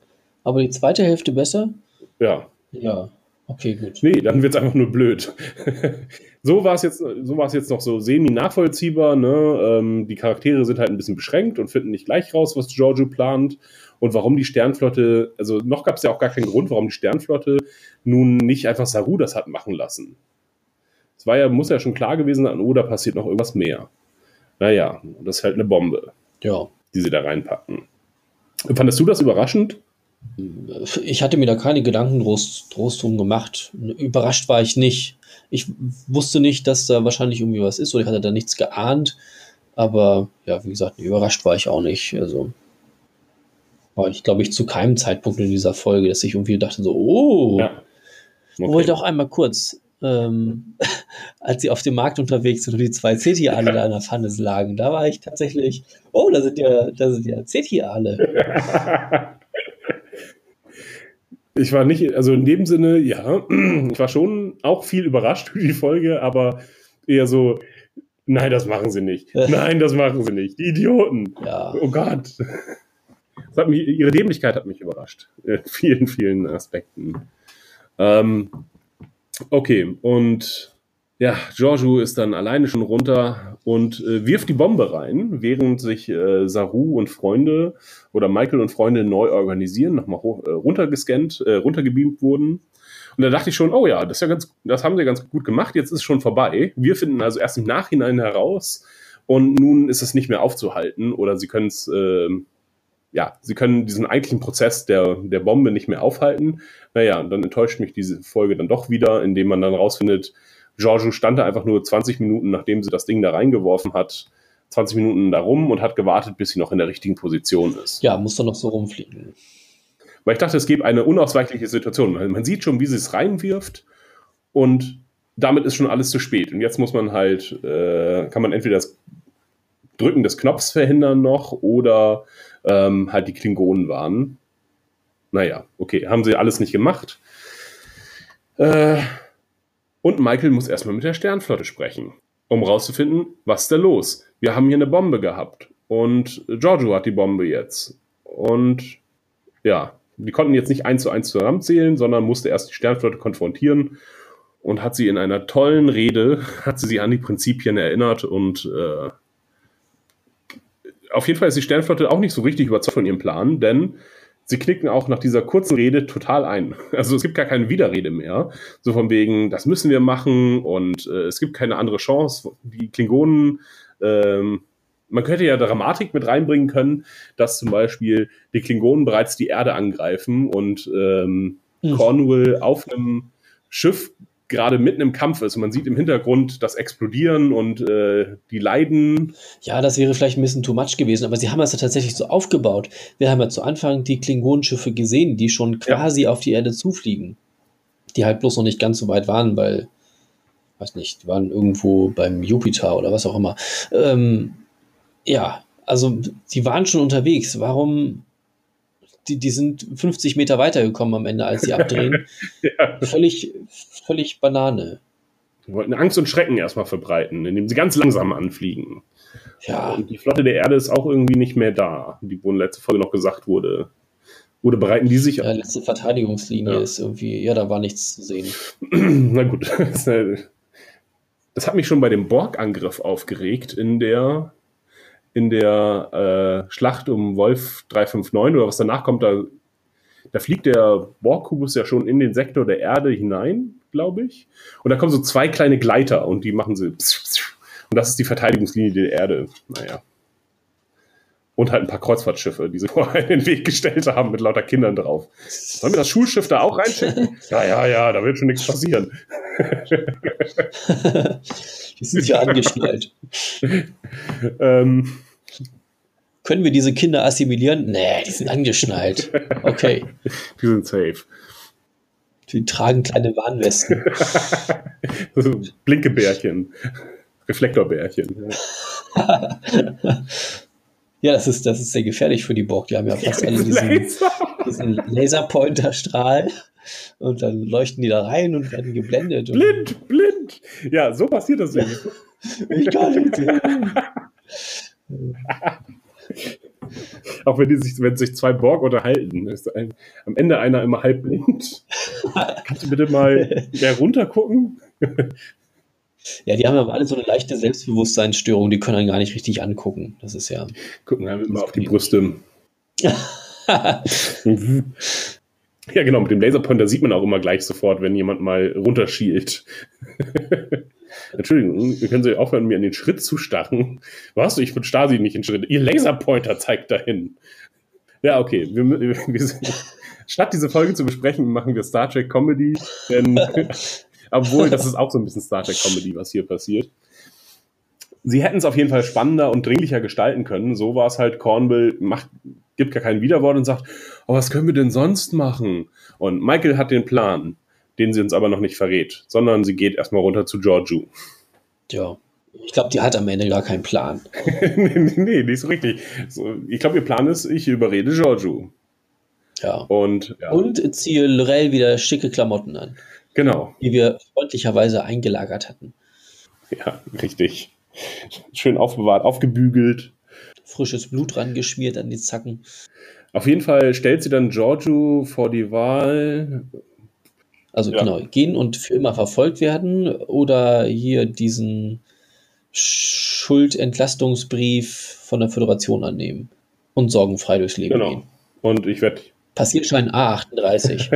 Aber die zweite Hälfte besser? Ja. Ja, okay, gut. Nee, dann wird es einfach nur blöd. So war es jetzt, so war es jetzt noch so semi-nachvollziehbar. Ne? Ähm, die Charaktere sind halt ein bisschen beschränkt und finden nicht gleich raus, was Giorgio plant und warum die Sternflotte, also noch gab es ja auch gar keinen Grund, warum die Sternflotte nun nicht einfach Saru das hat machen lassen. Es war ja, muss ja schon klar gewesen sein, oh, da passiert noch irgendwas mehr. Naja, das ist halt eine Bombe, Ja. die sie da reinpacken. Fandest du das überraschend? Ich hatte mir da keine Gedanken groß, groß drum gemacht. Überrascht war ich nicht. Ich wusste nicht, dass da wahrscheinlich irgendwie was ist, oder ich hatte da nichts geahnt. Aber ja, wie gesagt, überrascht war ich auch nicht. Also war ich, glaube ich, zu keinem Zeitpunkt in dieser Folge, dass ich irgendwie dachte so, oh, Ja. okay. Wollte auch einmal kurz, ähm, als sie auf dem Markt unterwegs sind und die zwei Zeti-Aale da in der Pfanne lagen, da war ich tatsächlich, oh, da sind ja, da sind ja Zeti-Aale. Ich war nicht, also in dem Sinne, ja, ich war schon auch viel überrascht über die Folge, aber eher so, nein, das machen sie nicht. Nein, das machen sie nicht. Die Idioten. Ja. Oh Gott. Das hat mich, ihre Dämlichkeit hat mich überrascht. In vielen, vielen Aspekten. Ähm, okay, und ja, Giorgio ist dann alleine schon runter und äh, wirft die Bombe rein, während sich äh, Saru und Freunde oder Michael und Freunde neu organisieren, nochmal hoch, äh, runtergescannt, äh, runtergebeamt wurden. Und da dachte ich schon, oh ja, das, ist ja ganz, das haben sie ganz gut gemacht, jetzt ist es schon vorbei. Wir finden also erst im Nachhinein heraus und nun ist es nicht mehr aufzuhalten oder sie können es, äh, ja, sie können diesen eigentlichen Prozess der, der Bombe nicht mehr aufhalten. Naja, und dann enttäuscht mich diese Folge dann doch wieder, indem man dann rausfindet, Giorgio stand da einfach nur zwanzig Minuten, nachdem sie das Ding da reingeworfen hat, zwanzig Minuten da rum und hat gewartet, bis sie noch in der richtigen Position ist. Ja, muss doch noch so rumfliegen. Weil ich dachte, es gäbe eine unausweichliche Situation. Man sieht schon, wie sie es reinwirft und damit ist schon alles zu spät. Und jetzt muss man halt, äh, kann man entweder das Drücken des Knopfs verhindern noch oder ähm, halt die Klingonen warnen. Naja, okay, haben sie alles nicht gemacht. Äh... Und Michael muss erstmal mit der Sternflotte sprechen, um rauszufinden, was ist da los? Wir haben hier eine Bombe gehabt und Giorgio hat die Bombe jetzt. Und ja, die konnten jetzt nicht eins zu eins zusammenzählen, sondern musste erst die Sternflotte konfrontieren und hat sie in einer tollen Rede, hat sie sie an die Prinzipien erinnert und äh, auf jeden Fall ist die Sternflotte auch nicht so richtig überzeugt von ihrem Plan, denn sie knicken auch nach dieser kurzen Rede total ein. Also es gibt gar keine Widerrede mehr. So von wegen, das müssen wir machen und äh, es gibt keine andere Chance. Die Klingonen, ähm, man könnte ja Dramatik mit reinbringen können, dass zum Beispiel die Klingonen bereits die Erde angreifen und ähm, mhm. Cornwall auf einem Schiff gerade mitten im Kampf ist. Und man sieht im Hintergrund das Explodieren und äh, die Leiden. Ja, das wäre vielleicht ein bisschen too much gewesen, aber sie haben das ja tatsächlich so aufgebaut. Wir haben ja zu Anfang die Klingonenschiffe gesehen, die schon quasi ja. auf die Erde zufliegen. Die halt bloß noch nicht ganz so weit waren, weil, weiß nicht, die waren irgendwo beim Jupiter oder was auch immer. Ähm, ja, also die waren schon unterwegs. Warum... Die, die sind fünfzig Meter weitergekommen am Ende, als sie abdrehen. ja. Völlig, völlig Banane. Die wollten Angst und Schrecken erstmal verbreiten, indem sie ganz langsam anfliegen. Ja. Und die Flotte der Erde ist auch irgendwie nicht mehr da, die wo in letzter Folge noch gesagt wurde. Oder bereiten die sich... Ja, letzte Verteidigungslinie ja. ist irgendwie... Ja, da war nichts zu sehen. Na gut. Das hat mich schon bei dem Borg-Angriff aufgeregt in der... in der äh, Schlacht um Wolf drei fünf neun oder was danach kommt, da, da fliegt der Borg-Kubus ja schon in den Sektor der Erde hinein, glaube ich. Und da kommen so zwei kleine Gleiter und die machen so... Und das ist die Verteidigungslinie der Erde. Naja. Und halt ein paar Kreuzfahrtschiffe, die sie vorher in den Weg gestellt haben mit lauter Kindern drauf. Sollen wir das Schulschiff da auch reinschicken? Ja, ja, ja, da wird schon nichts passieren. Die sind ja angeschnallt. ähm, Können wir diese Kinder assimilieren? Nee, die sind angeschnallt. Okay. Die sind safe. Die tragen kleine Warnwesten. Blinkebärchen. Reflektorbärchen. Ja, das ist, das ist sehr gefährlich für die Borg. Die haben ja fast alle diesen, Laser. diesen Laserpointerstrahl. Und dann leuchten die da rein und werden geblendet. Blind, und blind. Ja, so passiert das nicht. Ich kann nicht sehen. Auch wenn, die sich, wenn sich zwei Borg unterhalten, ist ein, am Ende einer immer halb blind. Kannst du bitte mal mehr runtergucken? Ja, die haben aber alle so eine leichte Selbstbewusstseinsstörung, die können einen gar nicht richtig angucken. Das ist ja. Gucken wir immer auf die Brüste. Ja, genau, mit dem Laserpointer sieht man auch immer gleich sofort, wenn jemand mal runterschielt. Entschuldigung, können Sie aufhören, mir an den Schritt zu starren? Was? Ich bin Stasi nicht in Schritt. Ihr Laserpointer zeigt dahin. Ja, okay. Wir, wir, wir, statt diese Folge zu besprechen, machen wir Star Trek Comedy. Denn, obwohl, das ist auch so ein bisschen Star Trek Comedy, was hier passiert. Sie hätten es auf jeden Fall spannender und dringlicher gestalten können. So war es halt, Cornwall macht, gibt gar kein Widerwort und sagt, oh, was können wir denn sonst machen? Und Michael hat den Plan, den sie uns aber noch nicht verrät, sondern sie geht erstmal runter zu Georgiou. Ja, ich glaube, die hat am Ende gar keinen Plan. nee, nee, nicht so richtig. So, ich glaube, ihr Plan ist, ich überrede Georgiou. Ja. Und, ja. Und ziehe Lorel wieder schicke Klamotten an. Genau. Die wir freundlicherweise eingelagert hatten. Ja, richtig. Schön aufbewahrt, aufgebügelt. Frisches Blut rangeschmiert an die Zacken. Auf jeden Fall stellt sie dann Georgiou vor die Wahl. Also ja. genau, gehen und für immer verfolgt werden oder hier diesen Schuldentlastungsbrief von der Föderation annehmen und sorgenfrei durchs Leben genau. gehen. Und ich werde... Passierschein A achtunddreißig.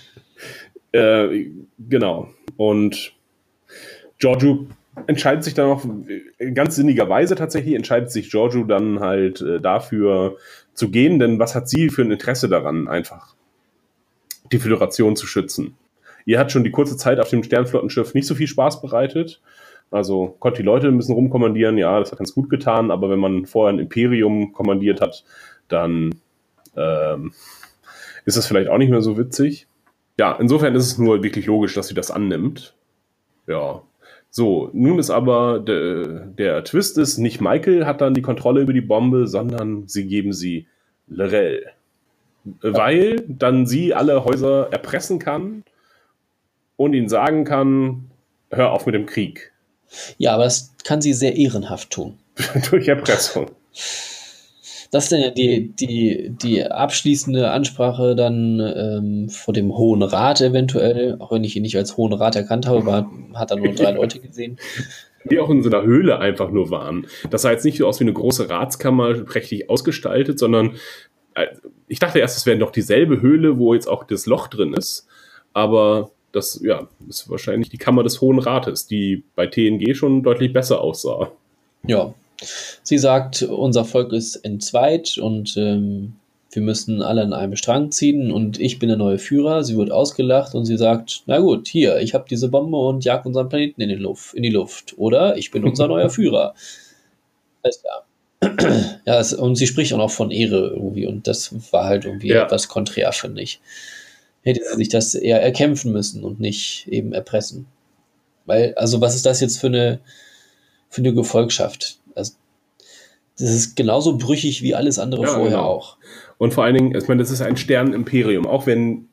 äh, genau. Und Georgiou entscheidet sich dann auch, ganz sinnigerweise tatsächlich, entscheidet sich Georgiou dann halt äh, dafür zu gehen, denn was hat sie für ein Interesse daran, einfach die Föderation zu schützen? Ihr hat schon die kurze Zeit auf dem Sternflottenschiff nicht so viel Spaß bereitet, also konnte die Leute ein bisschen rumkommandieren, ja, das hat ganz gut getan, aber wenn man vorher ein Imperium kommandiert hat, dann ähm, ist das vielleicht auch nicht mehr so witzig. Ja, insofern ist es nur wirklich logisch, dass sie das annimmt. Ja. So, nun ist aber de, der Twist ist, nicht Michael hat dann die Kontrolle über die Bombe, sondern sie geben sie Lorel. Weil dann sie alle Häuser erpressen kann und ihnen sagen kann, hör auf mit dem Krieg. Ja, aber das kann sie sehr ehrenhaft tun. Durch Erpressung. Das ist dann ja die, die, die abschließende Ansprache dann ähm, vor dem Hohen Rat eventuell, auch wenn ich ihn nicht als Hohen Rat erkannt habe, aber hat er nur drei Leute gesehen. Die auch in so einer Höhle einfach nur waren. Das sah jetzt nicht so aus wie eine große Ratskammer, prächtig ausgestaltet, sondern äh, ich dachte erst, es wäre noch dieselbe Höhle, wo jetzt auch das Loch drin ist, aber das ja, ist wahrscheinlich die Kammer des Hohen Rates, die bei T N G schon deutlich besser aussah. Ja. Sie sagt, unser Volk ist entzweit und ähm, wir müssen alle an einem Strang ziehen und ich bin der neue Führer. Sie wird ausgelacht und sie sagt, na gut, hier, ich habe diese Bombe und jag unseren Planeten in, den Luft, in die Luft. Oder ich bin unser neuer Führer. Alles klar. Ja, es, und sie spricht auch noch von Ehre irgendwie und das war halt irgendwie ja. etwas konträr, finde ich. Hätte sie sich das eher erkämpfen müssen und nicht eben erpressen. Weil, also was ist das jetzt für eine, für eine Gefolgschaft? Also, das ist genauso brüchig wie alles andere ja, vorher genau. auch. Und vor allen Dingen, ich meine, das ist ein Sternenimperium, auch wenn,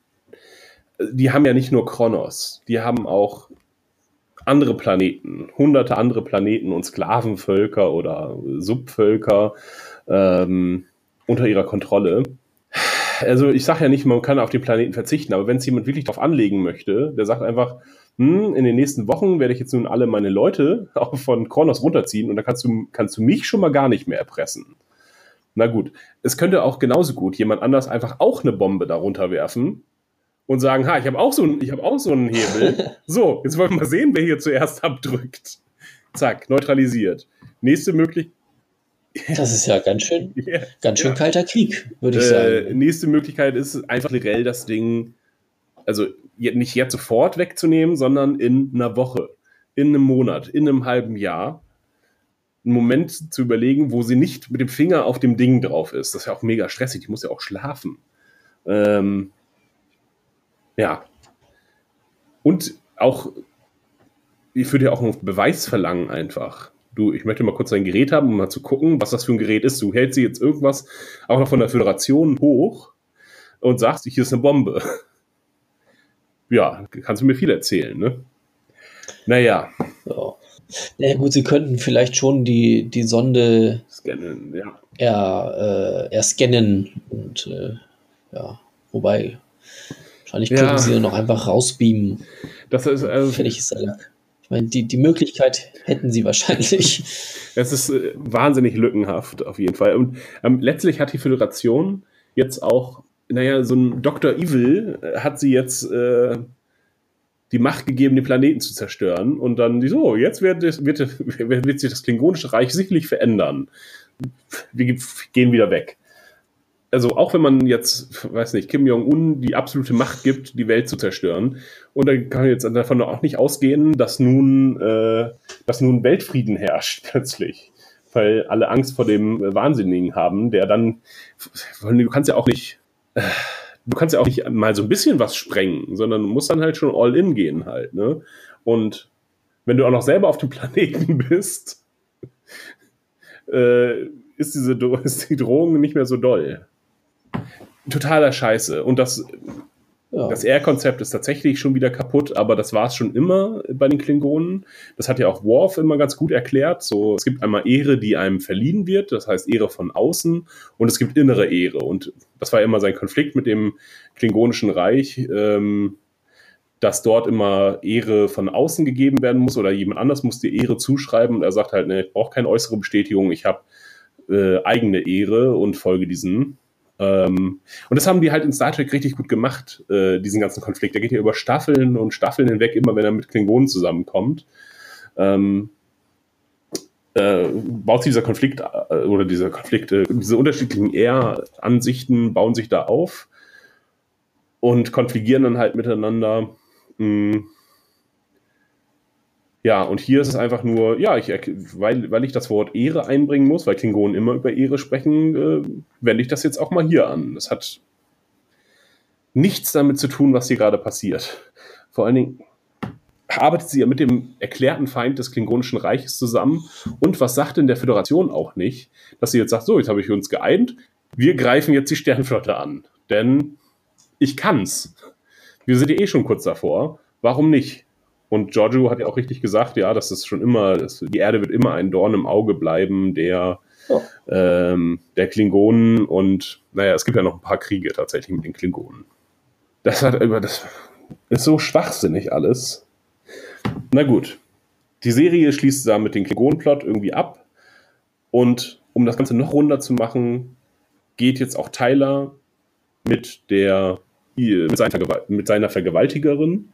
die haben ja nicht nur Kronos, die haben auch andere Planeten, hunderte andere Planeten und Sklavenvölker oder Subvölker ähm, unter ihrer Kontrolle. Also ich sage ja nicht, man kann auf den Planeten verzichten, aber wenn es jemand wirklich drauf anlegen möchte, der sagt einfach, hm, in den nächsten Wochen werde ich jetzt nun alle meine Leute auch von Kronos runterziehen und dann kannst du, kannst du mich schon mal gar nicht mehr erpressen. Na gut, es könnte auch genauso gut jemand anders einfach auch eine Bombe darunter werfen und sagen, ha, ich habe auch, so ein, ich hab auch so einen Hebel. So, jetzt wollen wir mal sehen, wer hier zuerst abdrückt. Zack, neutralisiert. Nächste Möglichkeit. Das ist ja ganz schön, yeah, ganz schön ja. kalter Krieg, würde ich äh, sagen. Nächste Möglichkeit ist einfach generell das Ding, also nicht jetzt sofort wegzunehmen, sondern in einer Woche, in einem Monat, in einem halben Jahr einen Moment zu überlegen, wo sie nicht mit dem Finger auf dem Ding drauf ist. Das ist ja auch mega stressig, die muss ja auch schlafen. Ähm, ja. Und auch, ich würde ja auch einen Beweis verlangen einfach. Du, ich möchte mal kurz dein Gerät haben, um mal zu gucken, was das für ein Gerät ist. Du hältst sie jetzt irgendwas auch noch von der Föderation hoch und sagst, hier ist eine Bombe. Ja, kannst du mir viel erzählen, ne? Naja. Ja. Ja gut, sie könnten vielleicht schon die, die Sonde Scannen, ja. eher, äh, eher scannen und äh, ja, wobei wahrscheinlich könnten Ja. sie dann noch einfach rausbeamen. Das ist, also, Fertig ist der Lack. Ich meine, die, die Möglichkeit hätten sie wahrscheinlich. es ist äh, wahnsinnig lückenhaft, auf jeden Fall. Und ähm, letztlich hat die Föderation jetzt auch, naja, so ein Doktor Evil äh, hat sie jetzt äh, die Macht gegeben, den Planeten zu zerstören. Und dann die so, jetzt wird, es- wird, wird, wird sich das Klingonische Reich sicherlich verändern. Wir gehen wieder weg. Also auch wenn man jetzt, weiß nicht, Kim Jong-un die absolute Macht gibt, die Welt zu zerstören, und dann kann man jetzt davon auch nicht ausgehen, dass nun, äh, dass nun Weltfrieden herrscht plötzlich, weil alle Angst vor dem äh, Wahnsinnigen haben, der dann, du kannst ja auch nicht, äh, du kannst ja auch nicht mal so ein bisschen was sprengen, sondern du musst dann halt schon all in gehen halt, ne? Und wenn du auch noch selber auf dem Planeten bist, äh, ist diese ist die Drohung nicht mehr so doll. Totaler Scheiße. Und das, Ja. das R-Konzept ist tatsächlich schon wieder kaputt, aber das war es schon immer bei den Klingonen. Das hat ja auch Worf immer ganz gut erklärt. So, es gibt einmal Ehre, die einem verliehen wird, das heißt Ehre von außen, und es gibt innere Ehre. Und das war immer sein Konflikt mit dem Klingonischen Reich, ähm, dass dort immer Ehre von außen gegeben werden muss oder jemand anders muss die Ehre zuschreiben. Und er sagt halt, ne, ich brauche keine äußere Bestätigung, ich habe äh, eigene Ehre und folge diesen. Ähm, und das haben die halt in Star Trek richtig gut gemacht, äh, diesen ganzen Konflikt. Der geht ja über Staffeln und Staffeln hinweg, immer wenn er mit Klingonen zusammenkommt. Ähm, äh, baut sich dieser Konflikt äh, oder dieser Konflikt, äh, diese unterschiedlichen Ehr-Ansichten bauen sich da auf und konfligieren dann halt miteinander. Mm. Ja, und hier ist es einfach nur, ja, ich, weil, weil ich das Wort Ehre einbringen muss, weil Klingonen immer über Ehre sprechen, äh, wende ich das jetzt auch mal hier an. Das hat nichts damit zu tun, was hier gerade passiert. Vor allen Dingen arbeitet sie ja mit dem erklärten Feind des Klingonischen Reiches zusammen. Und was sagt denn der Föderation auch nicht, dass sie jetzt sagt, so, jetzt habe ich uns geeint, wir greifen jetzt die Sternenflotte an. Denn ich kann's. Wir sind ja eh schon kurz davor. Warum nicht? Und Giorgio hat ja auch richtig gesagt, ja, das ist schon immer, das, die Erde wird immer ein Dorn im Auge bleiben, der, Ja. ähm, der Klingonen, und naja, es gibt ja noch ein paar Kriege tatsächlich mit den Klingonen. Das hat über das ist so schwachsinnig alles. Na gut. Die Serie schließt da mit dem Klingonenplot irgendwie ab, und um das Ganze noch runder zu machen, geht jetzt auch Tyler mit der mit seiner, Vergewalt- mit seiner Vergewaltigerin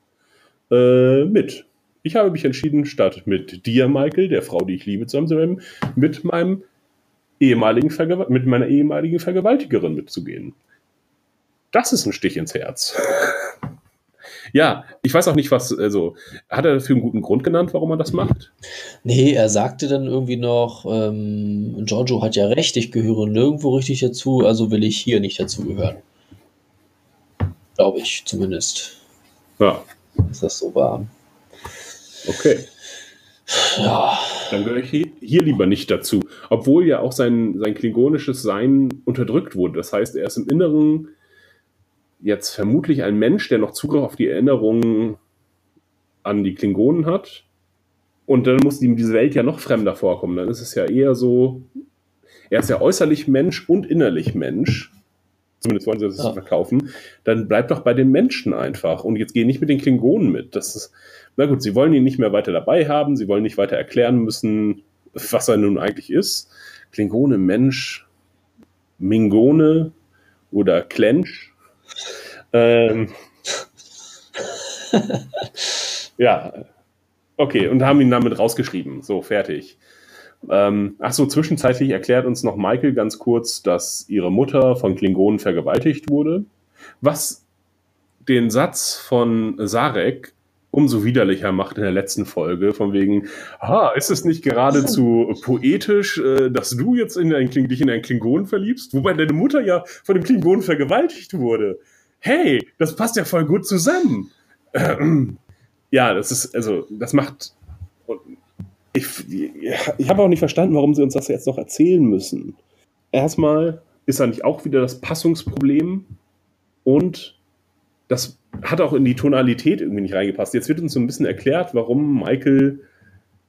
äh, mit. Ich habe mich entschieden, statt mit dir, Michael, der Frau, die ich liebe, zusammenzunehmen, mit meinem ehemaligen Vergew- mit meiner ehemaligen Vergewaltigerin mitzugehen. Das ist ein Stich ins Herz. Ja, ich weiß auch nicht, was, also, hat er dafür einen guten Grund genannt, warum er das macht? Nee, er sagte dann irgendwie noch, ähm, Giorgio hat ja recht, ich gehöre nirgendwo richtig dazu, also will ich hier nicht dazugehören. Glaube ich zumindest, Ja, dass das so war. okay. Ja, Dann gehöre ich hier, hier lieber nicht dazu. Obwohl ja auch sein, sein klingonisches Sein unterdrückt wurde. Das heißt, er ist im Inneren jetzt vermutlich ein Mensch, der noch Zugriff auf die Erinnerungen an die Klingonen hat. Und dann muss ihm diese Welt ja noch fremder vorkommen. Dann ist es ja eher so, er ist ja äußerlich Mensch und innerlich Mensch. Zumindest wollen sie das Ja. verkaufen. Dann bleibt doch bei den Menschen einfach. Und jetzt geh nicht mit den Klingonen mit. Das ist, na gut, sie wollen ihn nicht mehr weiter dabei haben. Sie wollen nicht weiter erklären müssen, was er nun eigentlich ist. Klingone, Mensch, Mingone oder Klensch. Ähm, ja, okay, und haben ihn damit rausgeschrieben. So, fertig. Ähm, ach so, zwischenzeitlich erklärt uns noch Michael ganz kurz, dass ihre Mutter von Klingonen vergewaltigt wurde. Was den Satz von Sarek umso widerlicher macht in der letzten Folge, von wegen, ah, ist es nicht geradezu poetisch, äh, dass du jetzt in ein, dich in einen Klingonen verliebst, wobei deine Mutter ja von dem Klingonen vergewaltigt wurde. Hey, das passt ja voll gut zusammen. Ähm, ja, das ist, also, das macht, ich, ich habe auch nicht verstanden, warum sie uns das jetzt noch erzählen müssen. Erstmal ist da nicht auch wieder das Passungsproblem, und das hat auch in die Tonalität irgendwie nicht reingepasst. Jetzt wird uns so ein bisschen erklärt, warum Michael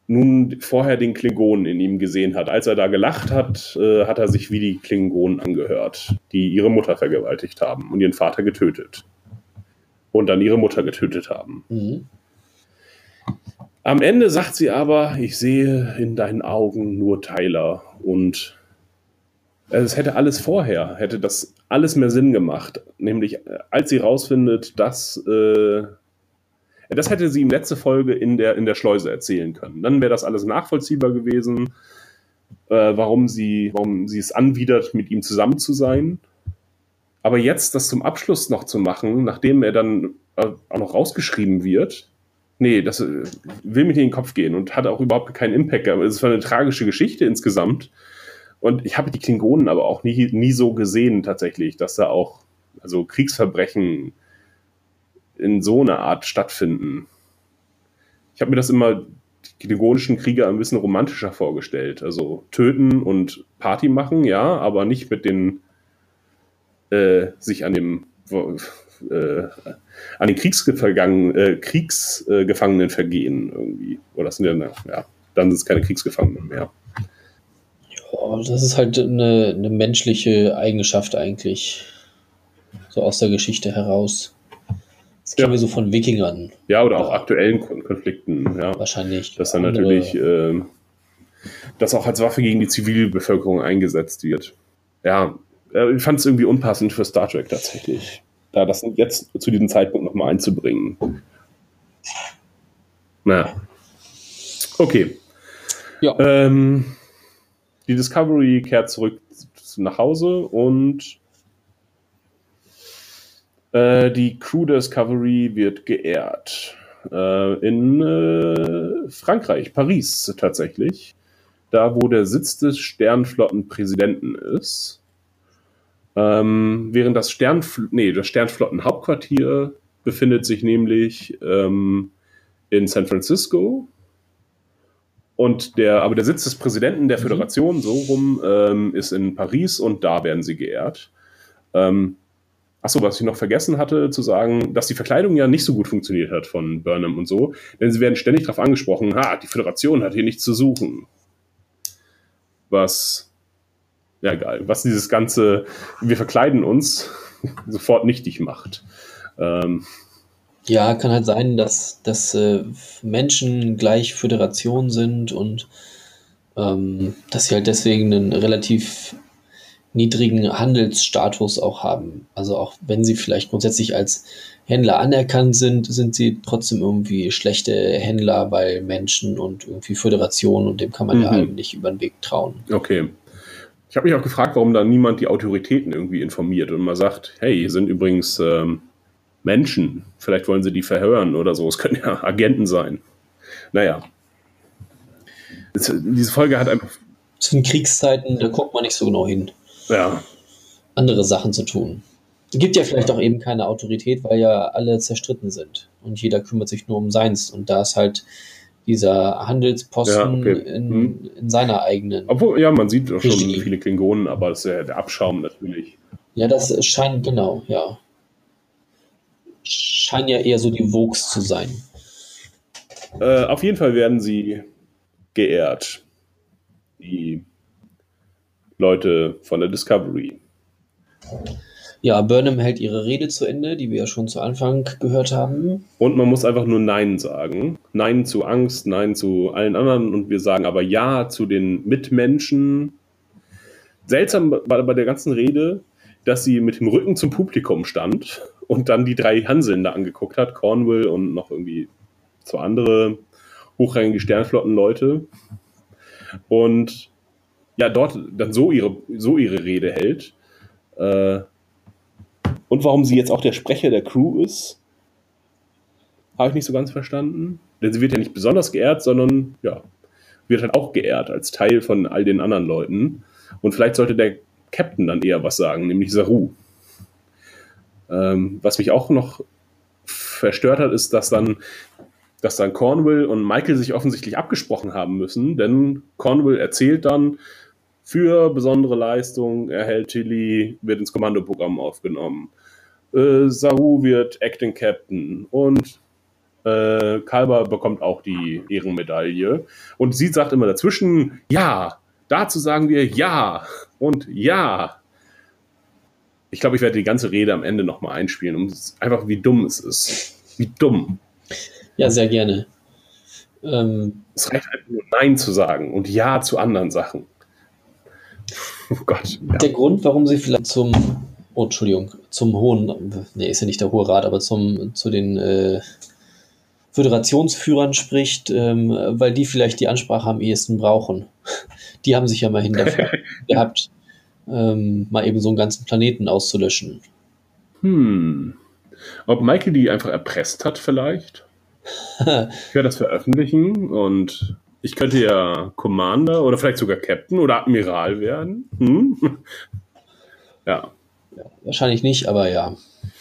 nun vorher den Klingonen in ihm gesehen hat. Als er da gelacht hat, äh, hat er sich wie die Klingonen angehört, die ihre Mutter vergewaltigt haben und ihren Vater getötet. Und dann ihre Mutter getötet haben. Mhm. Am Ende sagt sie aber, ich sehe in deinen Augen nur Tyler. Und es hätte alles vorher, hätte das alles mehr Sinn gemacht. Nämlich, als sie rausfindet, dass... Äh, das hätte sie in letzter Folge in der, in der Schleuse erzählen können. Dann wäre das alles nachvollziehbar gewesen, äh, warum, sie, warum sie es anwidert, mit ihm zusammen zu sein. Aber jetzt das zum Abschluss noch zu machen, nachdem er dann äh, auch noch rausgeschrieben wird, nee, das äh, will mir in den Kopf gehen und hat auch überhaupt keinen Impact. Aber es war eine tragische Geschichte insgesamt. Und ich habe die Klingonen aber auch nie, nie so gesehen tatsächlich, dass da auch also Kriegsverbrechen in so einer Art stattfinden. Ich habe mir das immer, die klingonischen Kriege, ein bisschen romantischer vorgestellt. Also töten und Party machen, ja, aber nicht mit den äh, sich an dem äh, an den Kriegsgefangenen, äh, Kriegsgefangenen vergehen irgendwie. Oder das sind ja, ja, dann sind es keine Kriegsgefangenen mehr. Ja, das ist halt eine, eine menschliche Eigenschaft eigentlich. So aus der Geschichte heraus. Das kennen Ja. wir so von Wikingern. Ja, oder auch aktuellen Kon- Konflikten. Ja. Wahrscheinlich. Dass dann andere- natürlich äh, das auch als Waffe gegen die Zivilbevölkerung eingesetzt wird. Ja, äh, ich fand es irgendwie unpassend für Star Trek tatsächlich. Da das jetzt zu diesem Zeitpunkt nochmal einzubringen. Naja. Okay. Ja. Ähm, die Discovery kehrt zurück nach Hause und äh, die Crew Discovery wird geehrt. Äh, in äh, Frankreich, Paris tatsächlich. Da, wo der Sitz des Sternflottenpräsidenten ist. Ähm, während das, Sternfl- nee, das Sternflottenhauptquartier befindet sich nämlich ähm, in San Francisco. Und der, aber der Sitz des Präsidenten der Föderation, so rum, ähm, ist in Paris und da werden sie geehrt. Ähm, achso, was ich noch vergessen hatte zu sagen, dass die Verkleidung ja nicht so gut funktioniert hat von Burnham und so, denn sie werden ständig darauf angesprochen, ha, die Föderation hat hier nichts zu suchen. Was, ja egal, was dieses ganze, wir verkleiden uns, sofort nichtig macht. Ähm, Ja, kann halt sein, dass, dass äh, Menschen gleich Föderation sind und ähm, dass sie halt deswegen einen relativ niedrigen Handelsstatus auch haben. Also auch wenn sie vielleicht grundsätzlich als Händler anerkannt sind, sind sie trotzdem irgendwie schlechte Händler, weil Menschen und irgendwie Föderation und dem kann man ja Mhm. halt nicht über den Weg trauen. Okay. Ich habe mich auch gefragt, warum da niemand die Autoritäten irgendwie informiert und mal sagt, hey, hier sind übrigens ähm, Menschen, vielleicht wollen sie die verhören oder so. Es können ja Agenten sein. Naja. Es, diese Folge hat einfach, Das sind Kriegszeiten, da guckt man nicht so genau hin, ja, andere Sachen zu tun. Es gibt ja vielleicht auch eben keine Autorität, weil ja alle zerstritten sind und jeder kümmert sich nur um seins. Und da ist halt dieser Handelsposten Ja, okay. in, Hm. in seiner eigenen. obwohl, ja, man sieht auch schon Regie. viele Klingonen, aber das ist ja der Abschaum natürlich. Ja, das scheint, genau, ja. Scheint ja eher so die Vogues zu sein. Äh, auf jeden Fall werden sie geehrt. Die Leute von der Discovery. Ja, Burnham hält ihre Rede zu Ende, die wir ja schon zu Anfang gehört haben. Und man muss einfach nur Nein sagen. Nein zu Angst, Nein zu allen anderen. Und wir sagen aber Ja zu den Mitmenschen. Seltsam war bei der ganzen Rede, dass sie mit dem Rücken zum Publikum stand und dann die drei Hanseln da angeguckt hat. Cornwall und noch irgendwie zwei andere hochrangige Sternflottenleute. Und ja, dort dann so ihre, so ihre Rede hält. Äh, und warum sie jetzt auch der Sprecher der Crew ist, habe ich nicht so ganz verstanden. Denn sie wird ja nicht besonders geehrt, sondern ja, wird halt auch geehrt als Teil von all den anderen Leuten. Und vielleicht sollte der Captain dann eher was sagen, nämlich Saru. Ähm, was mich auch noch verstört hat, ist, dass dann, dass dann Cornwall und Michael sich offensichtlich abgesprochen haben müssen, denn Cornwall erzählt dann, für besondere Leistung erhält Tilly, wird ins Kommandoprogramm aufgenommen. Äh, Saru wird Acting Captain und Äh, Kalber bekommt auch die Ehrenmedaille. Und sie sagt immer dazwischen, ja, dazu sagen wir ja und ja. Ich glaube, ich werde die ganze Rede am Ende nochmal einspielen, um einfach wie dumm es ist. Wie dumm. Ja, sehr gerne. Ähm, es reicht einfach nur Nein zu sagen und Ja zu anderen Sachen. Oh Gott. Ja. Der Grund, warum sie vielleicht zum, oh, Entschuldigung, zum Hohen, nee, ist ja nicht der Hohe Rat, aber zum, zu den äh, Föderationsführern spricht, ähm, weil die vielleicht die Ansprache am ehesten brauchen. Die haben sich ja mal dafür gehabt, ähm, mal eben so einen ganzen Planeten auszulöschen. Hm. Ob Michael die einfach erpresst hat vielleicht? Ich werde das veröffentlichen und ich könnte ja Commander oder vielleicht sogar Captain oder Admiral werden. Hm? Ja. Ja. Wahrscheinlich nicht, aber ja.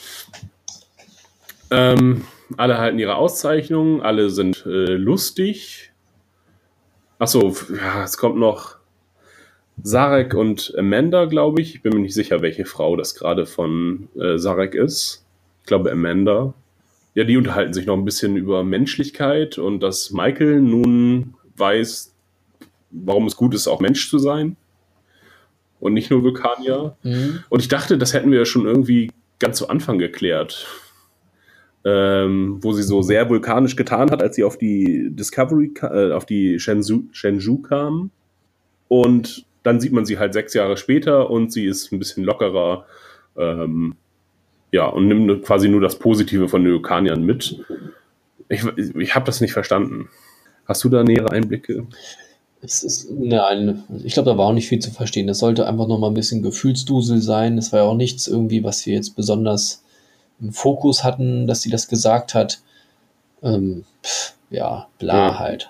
Ähm, alle halten ihre Auszeichnungen, alle sind äh, lustig. Achso, ja, es kommt noch Sarek und Amanda, glaube ich. Ich bin mir nicht sicher, welche Frau das gerade von äh, Sarek ist. Ich glaube Amanda. Ja, die unterhalten sich noch ein bisschen über Menschlichkeit und dass Michael nun weiß, warum es gut ist, auch Mensch zu sein und nicht nur Vulkanier. Mhm. Und ich dachte, das hätten wir ja schon irgendwie ganz zu Anfang geklärt, ähm, wo sie so sehr vulkanisch getan hat, als sie auf die Discovery, äh, auf die Shenzhou, Shenzhou kam. Und dann sieht man sie halt sechs Jahre später und sie ist ein bisschen lockerer, ähm, ja, und nimmt quasi nur das Positive von den Vulkaniern mit. Ich, ich habe das nicht verstanden. Hast du da nähere Einblicke? Es ist, nein, ich glaube, da war auch nicht viel zu verstehen. Das sollte einfach noch mal ein bisschen Gefühlsdusel sein. Es war ja auch nichts irgendwie, was wir jetzt besonders im Fokus hatten, dass sie das gesagt hat. Ähm, pff, ja, bla ja. halt.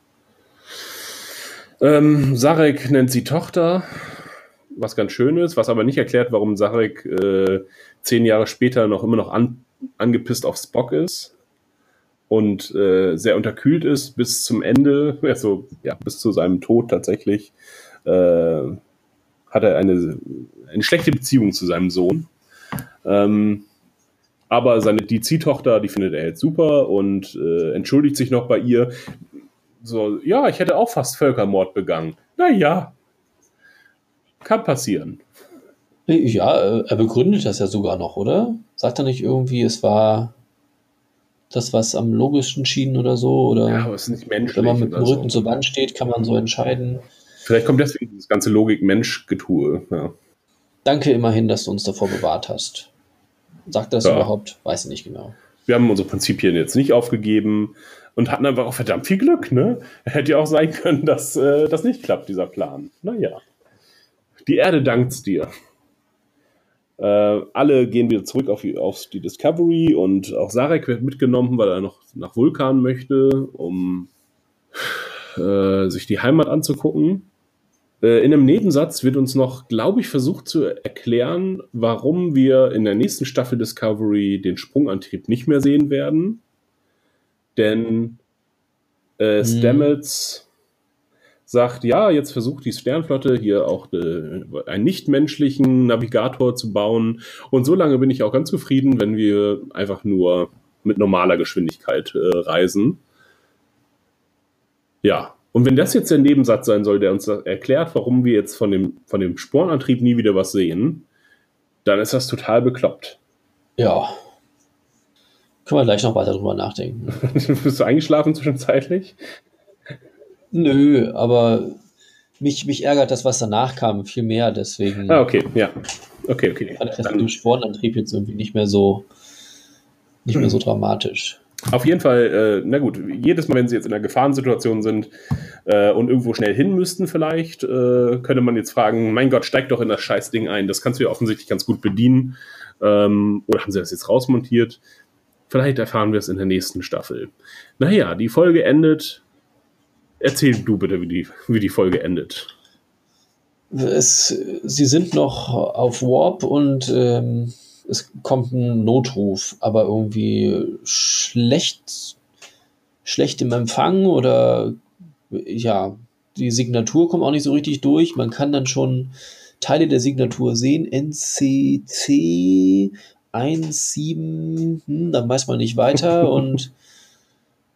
Ähm, Sarek nennt sie Tochter, was ganz schön ist, was aber nicht erklärt, warum Sarek äh, zehn Jahre später noch immer noch an, angepisst auf Spock ist und äh, sehr unterkühlt ist bis zum Ende, also ja, bis zu seinem Tod tatsächlich, äh, hat er eine, eine schlechte Beziehung zu seinem Sohn. Ähm, aber seine die Ziehtochter, die findet er jetzt super und äh, entschuldigt sich noch bei ihr. So, ja, ich hätte auch fast Völkermord begangen. Naja, kann passieren. Ja, er begründet das ja sogar noch, oder? Sagt er nicht irgendwie, es war das, was am logischsten schien oder so? Oder ja, aber es ist nicht menschlich. Wenn man mit dem Rücken so. zur Wand steht, kann man so entscheiden. Vielleicht kommt deswegen das ganze Logik-Mensch-Getue. Ja. Danke immerhin, dass du uns davor bewahrt hast. Sagt das ja. überhaupt? Weiß ich nicht genau. Wir haben unsere Prinzipien jetzt nicht aufgegeben und hatten einfach auch verdammt viel Glück, ne? Hätte ja auch sein können, dass äh, das nicht klappt, dieser Plan. Naja. Die Erde dankt's dir. Äh, alle gehen wieder zurück auf die, auf die Discovery und auch Sarek wird mitgenommen, weil er noch nach Vulkan möchte, um äh, sich die Heimat anzugucken. Äh, in einem Nebensatz wird uns noch, glaube ich, versucht zu erklären, warum wir in der nächsten Staffel Discovery den Sprungantrieb nicht mehr sehen werden. Denn äh, hm. Stamets sagt, ja, jetzt versucht die Sternflotte hier auch äh, einen nichtmenschlichen Navigator zu bauen. Und so lange bin ich auch ganz zufrieden, wenn wir einfach nur mit normaler Geschwindigkeit äh, reisen. Ja, und wenn das jetzt der Nebensatz sein soll, der uns erklärt, warum wir jetzt von dem, von dem Spornantrieb nie wieder was sehen, dann ist das total bekloppt. Ja. Können wir gleich noch weiter drüber nachdenken. Bist du eingeschlafen zwischenzeitlich? Nö, aber mich, mich ärgert das, was danach kam, viel mehr, deswegen. Ah, okay, ja. Okay, okay. Fand ich das mit dem Spornantrieb jetzt irgendwie nicht mehr so, nicht mehr so dramatisch. Auf jeden Fall, äh, na gut, jedes Mal, wenn sie jetzt in einer Gefahrensituation sind äh, und irgendwo schnell hin müssten vielleicht, äh, könnte man jetzt fragen, mein Gott, steig doch in das Scheißding ein, das kannst du ja offensichtlich ganz gut bedienen. Ähm, oder haben sie das jetzt rausmontiert? Vielleicht erfahren wir es in der nächsten Staffel. Naja, die Folge endet. Erzähl du bitte, wie die, wie die Folge endet. Es, sie sind noch auf Warp und ähm, es kommt ein Notruf, aber irgendwie schlecht, schlecht im Empfang oder ja, die Signatur kommt auch nicht so richtig durch. Man kann dann schon Teile der Signatur sehen. N C C eins sieben, hm, dann weiß man nicht weiter und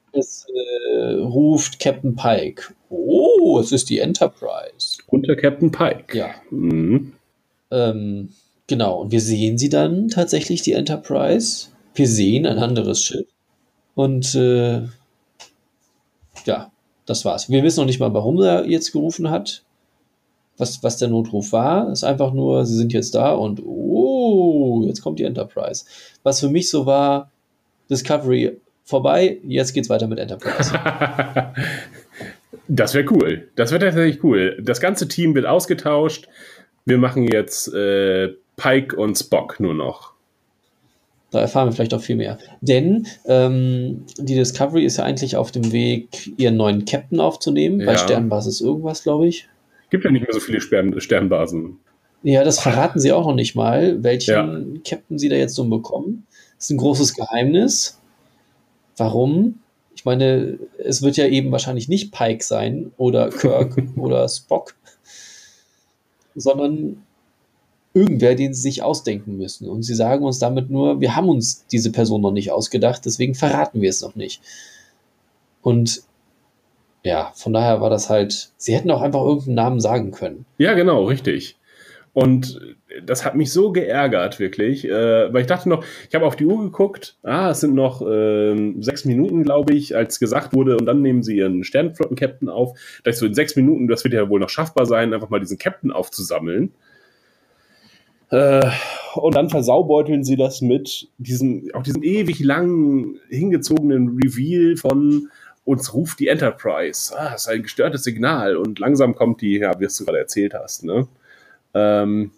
Es äh, ruft Captain Pike. Oh, es ist die Enterprise. Unter Captain Pike. Ja. Mhm. Ähm, genau, und wir sehen sie dann tatsächlich, die Enterprise. Wir sehen ein anderes Schiff. Und äh, ja, das war's. Wir wissen noch nicht mal, warum er jetzt gerufen hat. Was, was der Notruf war. Es ist einfach nur, sie sind jetzt da und oh, jetzt kommt die Enterprise. Was für mich so war, Discovery vorbei, jetzt geht's weiter mit Enterprise. Das wäre cool. Das wäre tatsächlich cool. Das ganze Team wird ausgetauscht. Wir machen jetzt äh, Pike und Spock nur noch. Da erfahren wir vielleicht auch viel mehr. Denn ähm, die Discovery ist ja eigentlich auf dem Weg, ihren neuen Captain aufzunehmen. Ja. Bei Sternbasis irgendwas, glaube ich. Gibt ja nicht mehr so viele Stern Sternbasen. Ja, das verraten sie auch noch nicht mal, welchen Ja. Captain sie da jetzt so bekommen. Das ist ein großes Geheimnis. Warum? Ich meine, es wird ja eben wahrscheinlich nicht Pike sein oder Kirk oder Spock, sondern irgendwer, den sie sich ausdenken müssen. Und sie sagen uns damit nur, wir haben uns diese Person noch nicht ausgedacht, deswegen verraten wir es noch nicht. Und ja, von daher war das halt, sie hätten auch einfach irgendeinen Namen sagen können. Ja, genau, richtig. Und das hat mich so geärgert, wirklich, äh, weil ich dachte noch, ich habe auf die Uhr geguckt, ah, es sind noch ähm, sechs Minuten, glaube ich, als gesagt wurde, und dann nehmen sie ihren Sternflotten-Captain auf. Da ich so in sechs Minuten, das wird ja wohl noch schaffbar sein, einfach mal diesen Captain aufzusammeln. Äh, und dann versaubeuteln sie das mit diesem, auch diesem ewig langen, hingezogenen Reveal von uns ruft die Enterprise. Ah, das ist ein gestörtes Signal. Und langsam kommt die, ja, wie du gerade erzählt hast, ne? Ähm,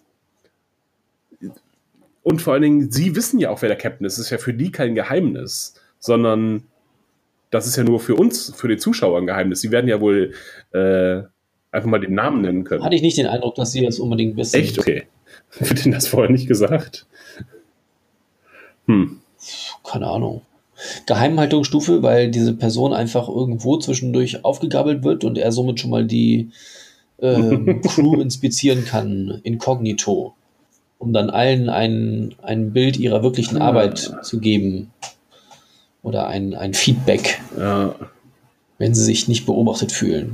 und vor allen Dingen, sie wissen ja auch, wer der Captain ist. Es ist ja für die kein Geheimnis, sondern das ist ja nur für uns, für die Zuschauer ein Geheimnis. Sie werden ja wohl äh, einfach mal den Namen nennen können. Hatte ich nicht den Eindruck, dass sie das unbedingt wissen. Echt? Okay. Wird Ihnen das vorher nicht gesagt? Hm. Keine Ahnung. Geheimhaltungsstufe, weil diese Person einfach irgendwo zwischendurch aufgegabelt wird und er somit schon mal die ähm, Crew inspizieren kann, inkognito, um dann allen ein, ein Bild ihrer wirklichen Ah. Arbeit zu geben oder ein, ein Feedback, Ja. wenn sie sich nicht beobachtet fühlen.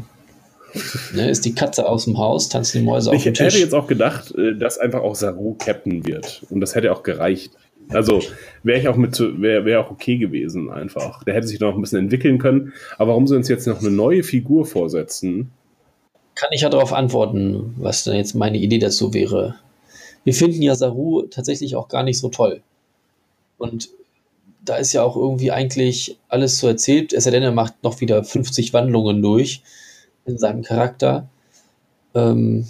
Ne, ist die Katze aus dem Haus, tanzen die Mäuse auf Ich dem hätte Tisch. jetzt auch gedacht, äh, dass einfach auch Saru Captain wird. Und das hätte auch gereicht. Also wäre ich auch mit, wäre wär auch okay gewesen einfach. Der hätte sich noch ein bisschen entwickeln können. Aber warum sie uns jetzt noch eine neue Figur vorsetzen? Kann ich ja darauf antworten, was dann jetzt meine Idee dazu wäre. Wir finden ja Saru tatsächlich auch gar nicht so toll. Und da ist ja auch irgendwie eigentlich alles so erzählt, es sei denn, er macht noch wieder fünfzig Wandlungen durch in seinem Charakter. Ähm,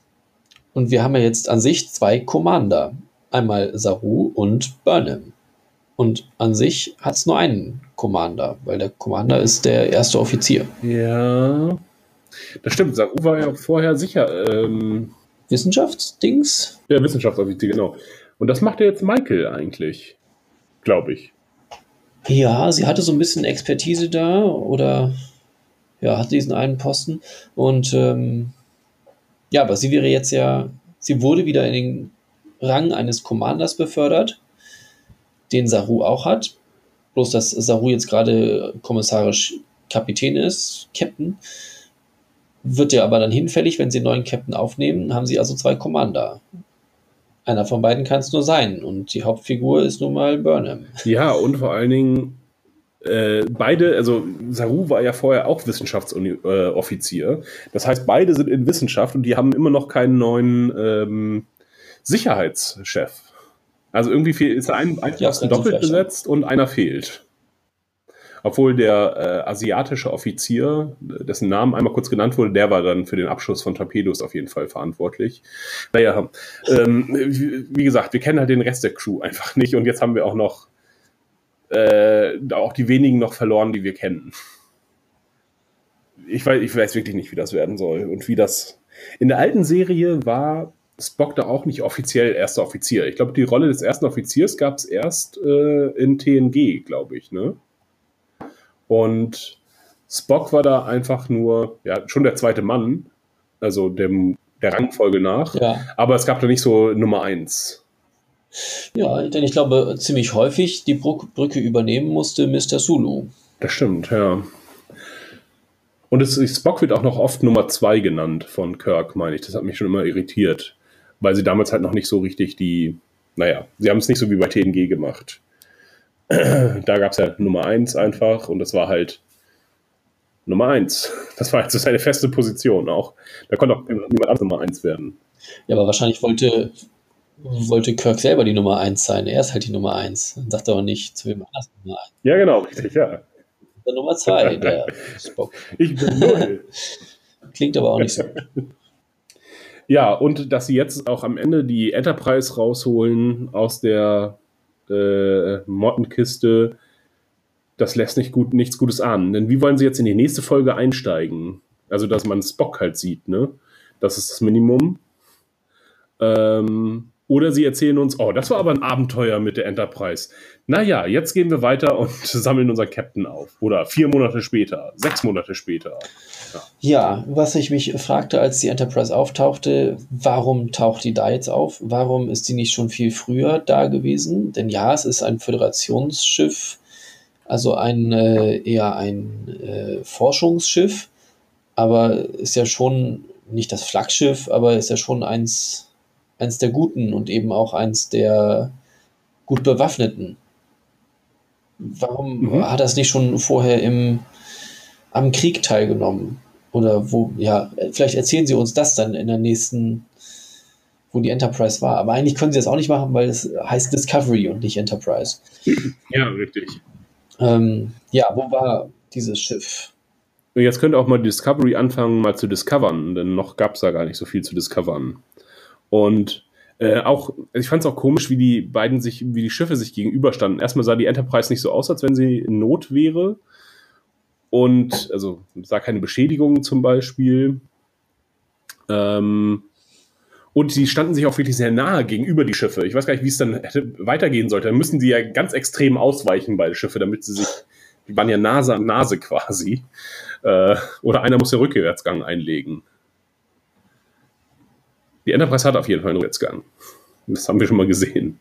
und wir haben ja jetzt an sich zwei Commander. Einmal Saru und Burnham. Und an sich hat es nur einen Commander, weil der Commander ist der erste Offizier. Ja, das stimmt. Saru war ja vorher sicher ähm, Wissenschaftsdings? der Wissenschaftsoffizier, genau. Und das macht ja jetzt Michael eigentlich, glaube ich. Ja, sie hatte so ein bisschen Expertise da oder ja, hat diesen einen Posten. Und ähm, ja, aber sie wäre jetzt ja, sie wurde wieder in den Rang eines Commanders befördert, den Saru auch hat. Bloß, dass Saru jetzt gerade kommissarisch Kapitän ist, Captain. Wird ja aber dann hinfällig, wenn sie einen neuen Captain aufnehmen, haben sie also zwei Commander. Einer von beiden kann es nur sein. Und die Hauptfigur ist nun mal Burnham. Ja, und vor allen Dingen äh, beide, also Saru war ja vorher auch Wissenschaftsoffizier. Das heißt, beide sind in Wissenschaft und die haben immer noch keinen neuen ähm, Sicherheitschef. Also irgendwie fehl, ist da ein, ein Ja, Posten ganz doppelt frech, ja. besetzt und einer fehlt. Obwohl der äh, asiatische Offizier, dessen Namen einmal kurz genannt wurde, der war dann für den Abschuss von Torpedos auf jeden Fall verantwortlich. Naja, ähm, wie, wie gesagt, wir kennen halt den Rest der Crew einfach nicht und jetzt haben wir auch noch äh, auch die wenigen noch verloren, die wir kennen. Ich weiß, ich weiß wirklich nicht, wie das werden soll und wie das... In der alten Serie war Spock da auch nicht offiziell erster Offizier. Ich glaube, die Rolle des ersten Offiziers gab es erst äh, in T N G, glaube ich, ne? Und Spock war da einfach nur, ja, schon der zweite Mann, also dem, der Rangfolge nach, Ja. aber es gab da nicht so Nummer eins. Ja, denn ich glaube, ziemlich häufig die Bru- Brücke übernehmen musste Mister Sulu. Das stimmt, ja. Und es, Spock wird auch noch oft Nummer zwei genannt von Kirk, meine ich. Das hat mich schon immer irritiert. Weil sie damals halt noch nicht so richtig die, naja, sie haben es nicht so wie bei T N G gemacht. Da gab es ja Nummer eins einfach und das war halt Nummer eins. Das war halt so seine feste Position auch. Da konnte auch niemand anderes Nummer eins werden. Ja, aber wahrscheinlich wollte, wollte Kirk selber die Nummer eins sein. Er ist halt die Nummer eins. Dann sagt er auch nicht zu wem anders Nummer eins. Ja, genau, richtig, ja. Der Nummer zwei, der Spock. Ich bin null. Klingt aber auch nicht so. Ja, und dass sie jetzt auch am Ende die Enterprise rausholen aus der äh, Mottenkiste, das lässt nicht gut, nichts Gutes ahnen. Denn wie wollen sie jetzt in die nächste Folge einsteigen? Also, dass man Spock halt sieht, ne? Das ist das Minimum. Ähm, oder sie erzählen uns, oh, das war aber ein Abenteuer mit der Enterprise. Naja, jetzt gehen wir weiter und sammeln unseren Captain auf. Oder vier Monate später, sechs Monate später. Ja. Ja, was ich mich fragte, als die Enterprise auftauchte, warum taucht die da jetzt auf? Warum ist die nicht schon viel früher da gewesen? Denn ja, es ist ein Föderationsschiff, also ein äh, eher ein äh, Forschungsschiff, aber ist ja schon nicht das Flaggschiff, aber ist ja schon eins, eins der Guten und eben auch eins der gut Bewaffneten. Warum mhm. hat das nicht schon vorher im, am Krieg teilgenommen? Oder wo, ja, vielleicht erzählen sie uns das dann in der nächsten, wo die Enterprise war. Aber eigentlich können sie das auch nicht machen, weil es heißt Discovery und nicht Enterprise. Ja, richtig. Ähm, ja, wo war dieses Schiff? Jetzt könnte auch mal Discovery anfangen, mal zu discovern, denn noch gab es da gar nicht so viel zu discovern. Und äh, auch, ich fand es auch komisch, wie die beiden sich, wie die Schiffe sich gegenüberstanden. Erstmal sah die Enterprise nicht so aus, als wenn sie in Not wäre. Und, also, sah keine Beschädigungen zum Beispiel. Ähm, und die standen sich auch wirklich sehr nahe gegenüber die Schiffe. Ich weiß gar nicht, wie es dann hätte weitergehen sollte. Dann müssen die ja ganz extrem ausweichen, beide Schiffe, damit sie sich, die waren ja Nase an Nase quasi. Äh, oder einer muss den Rückwärtsgang einlegen. Die Enterprise hat auf jeden Fall einen Rückwärtsgang. Das haben wir schon mal gesehen.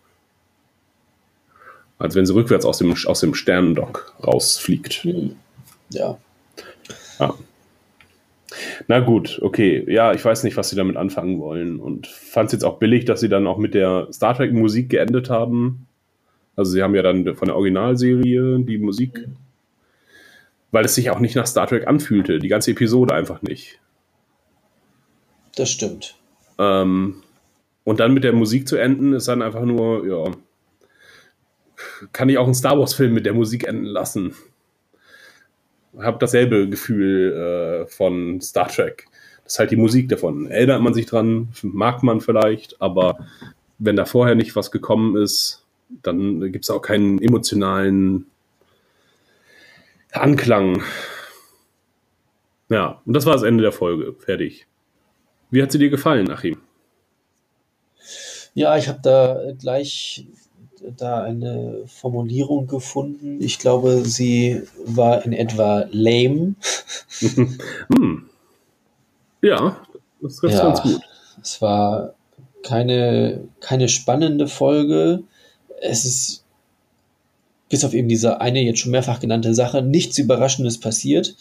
Als wenn sie rückwärts aus dem, aus dem Sternendock rausfliegt. Ja. Ah. Na gut, okay. Ja, ich weiß nicht, was sie damit anfangen wollen. Und fand es jetzt auch billig, dass sie dann auch mit der Star Trek Musik geendet haben. Also sie haben ja dann von der Originalserie die Musik, weil es sich auch nicht nach Star Trek anfühlte. Die ganze Episode einfach nicht. Das stimmt. Ähm, und dann mit der Musik zu enden, ist dann einfach nur, ja, kann ich auch einen Star Wars Film mit der Musik enden lassen. Habe dasselbe Gefühl äh, von Star Trek. Das ist halt die Musik davon. Erinnert man sich dran, mag man vielleicht, aber wenn da vorher nicht was gekommen ist, dann gibt es auch keinen emotionalen Anklang. Ja, und das war das Ende der Folge. Fertig. Wie hat sie dir gefallen, Achim? Ja, ich habe da gleich da eine Formulierung gefunden. Ich glaube, sie war in etwa lame. hm. Ja, das trifft ja, ganz gut. Es war keine, keine spannende Folge. Es ist bis auf eben diese eine jetzt schon mehrfach genannte Sache nichts Überraschendes passiert.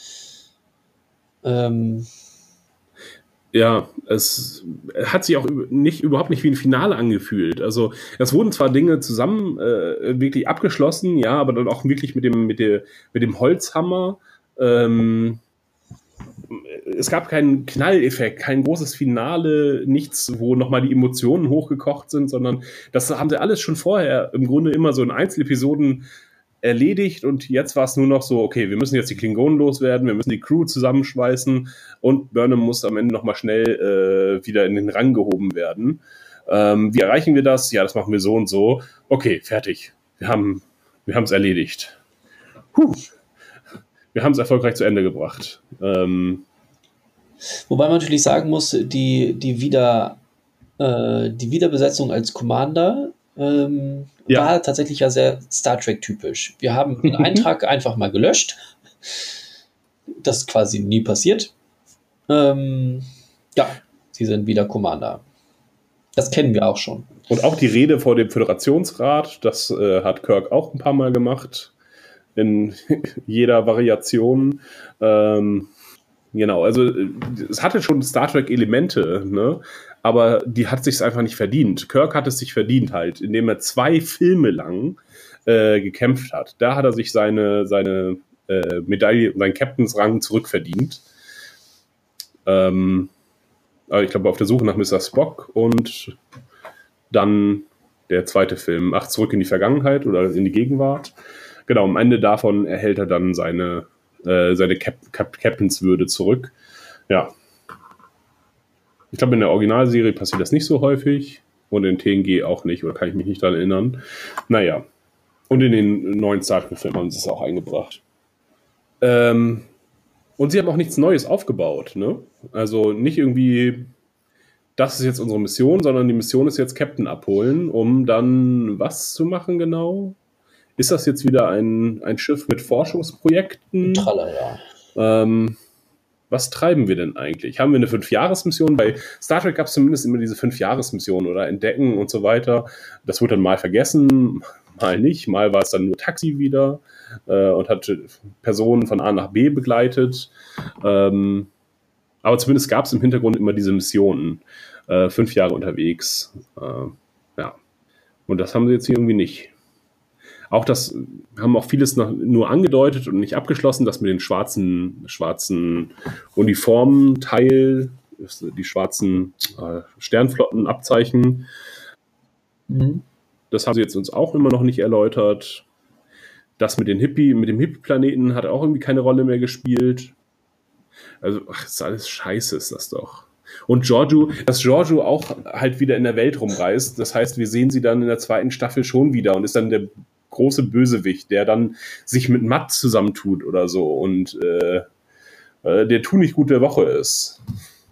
Ähm, Ja, es hat sich auch nicht, überhaupt nicht wie ein Finale angefühlt. Also es wurden zwar Dinge zusammen äh, wirklich abgeschlossen, ja, aber dann auch wirklich mit dem, mit der, mit dem Holzhammer. Ähm, es gab keinen Knalleffekt, kein großes Finale, nichts, wo nochmal die Emotionen hochgekocht sind, sondern das haben sie alles schon vorher im Grunde immer so in Einzelepisoden erledigt und jetzt war es nur noch so, okay, wir müssen jetzt die Klingonen loswerden, wir müssen die Crew zusammenschweißen und Burnham muss am Ende nochmal schnell äh, wieder in den Rang gehoben werden. Ähm, wie erreichen wir das? Ja, das machen wir so und so. Okay, fertig. Wir haben wir haben es erledigt. Puh. Wir haben es erfolgreich zu Ende gebracht. Ähm, Wobei man natürlich sagen muss, die, die, Wieder, äh, die Wiederbesetzung als Commander ähm, Ja. war tatsächlich ja sehr Star Trek-typisch. Wir haben den Eintrag einfach mal gelöscht. Das ist quasi nie passiert. Ähm, ja, sie sind wieder Commander. Das kennen wir auch schon. Und auch die Rede vor dem Föderationsrat, das äh, hat Kirk auch ein paar Mal gemacht. in jeder Variation. Ähm, genau, also es hatte schon Star Trek-Elemente, ne? Aber die hat sich's einfach nicht verdient. Kirk hat es sich verdient halt, indem er zwei Filme lang äh, gekämpft hat. Da hat er sich seine, seine äh, Medaille, seinen Captainsrang zurückverdient. Ähm, aber ich glaube, auf der Suche nach Mister Spock und dann der zweite Film, ach, zurück in die Vergangenheit oder in die Gegenwart. Genau, am Ende davon erhält er dann seine, äh, seine Cap- Cap- Captainswürde zurück. Ja. Ich glaube, in der Originalserie passiert das nicht so häufig und in T N G auch nicht, oder kann ich mich nicht daran erinnern. Naja. Und in den neuen Star Trek-Filmen haben sie es auch eingebracht. Ähm, und sie haben auch nichts Neues aufgebaut, ne? Also nicht irgendwie, das ist jetzt unsere Mission, sondern die Mission ist jetzt Captain abholen, um dann was zu machen genau? Ist das jetzt wieder ein, ein Schiff mit Forschungsprojekten? Tralala. Ähm, was treiben wir denn eigentlich? Haben wir eine Fünf-Jahres-Mission? Bei Star Trek gab es zumindest immer diese Fünf-Jahres-Mission oder Entdecken und so weiter. Das wurde dann mal vergessen, mal nicht. Mal war es dann nur Taxi wieder äh, und hat Personen von A nach B begleitet. Ähm, aber zumindest gab es im Hintergrund immer diese Missionen. Äh, fünf Jahre unterwegs. Äh, ja. Und das haben sie jetzt hier irgendwie nicht. Auch das haben auch vieles noch nur angedeutet und nicht abgeschlossen, das mit den schwarzen, schwarzen Uniformen-Teil, die schwarzen äh, Sternflottenabzeichen. Mhm. Das haben sie jetzt uns auch immer noch nicht erläutert. Das mit den Hippie, mit dem Hippie-Planeten hat auch irgendwie keine Rolle mehr gespielt. Also, ach, das ist alles scheiße, ist das doch. Und Georgiou, dass Georgiou auch halt wieder in der Welt rumreist, das heißt, wir sehen sie dann in der zweiten Staffel schon wieder und ist dann der große Bösewicht, der dann sich mit Matt zusammentut oder so und äh, äh, der Tu nicht gut der Woche ist.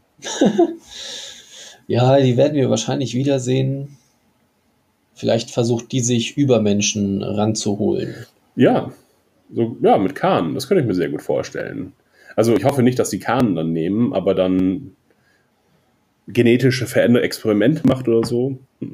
Ja, die werden wir wahrscheinlich wiedersehen. Vielleicht versucht die sich Übermenschen ranzuholen. Ja, so, ja, mit Khan, das könnte ich mir sehr gut vorstellen. Also ich hoffe nicht, dass die Khan dann nehmen, aber dann genetische Veränderung, Experiment macht oder so. Hm.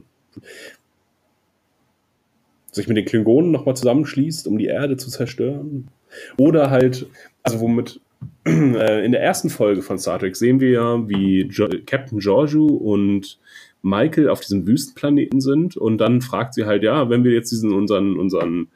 Sich mit den Klingonen nochmal zusammenschließt, um die Erde zu zerstören. Oder halt, also womit äh, in der ersten Folge von Star Trek sehen wir ja, wie jo- Captain Georgiou und Michael auf diesem Wüstenplaneten sind und dann fragt sie halt, ja, wenn wir jetzt diesen unseren unseren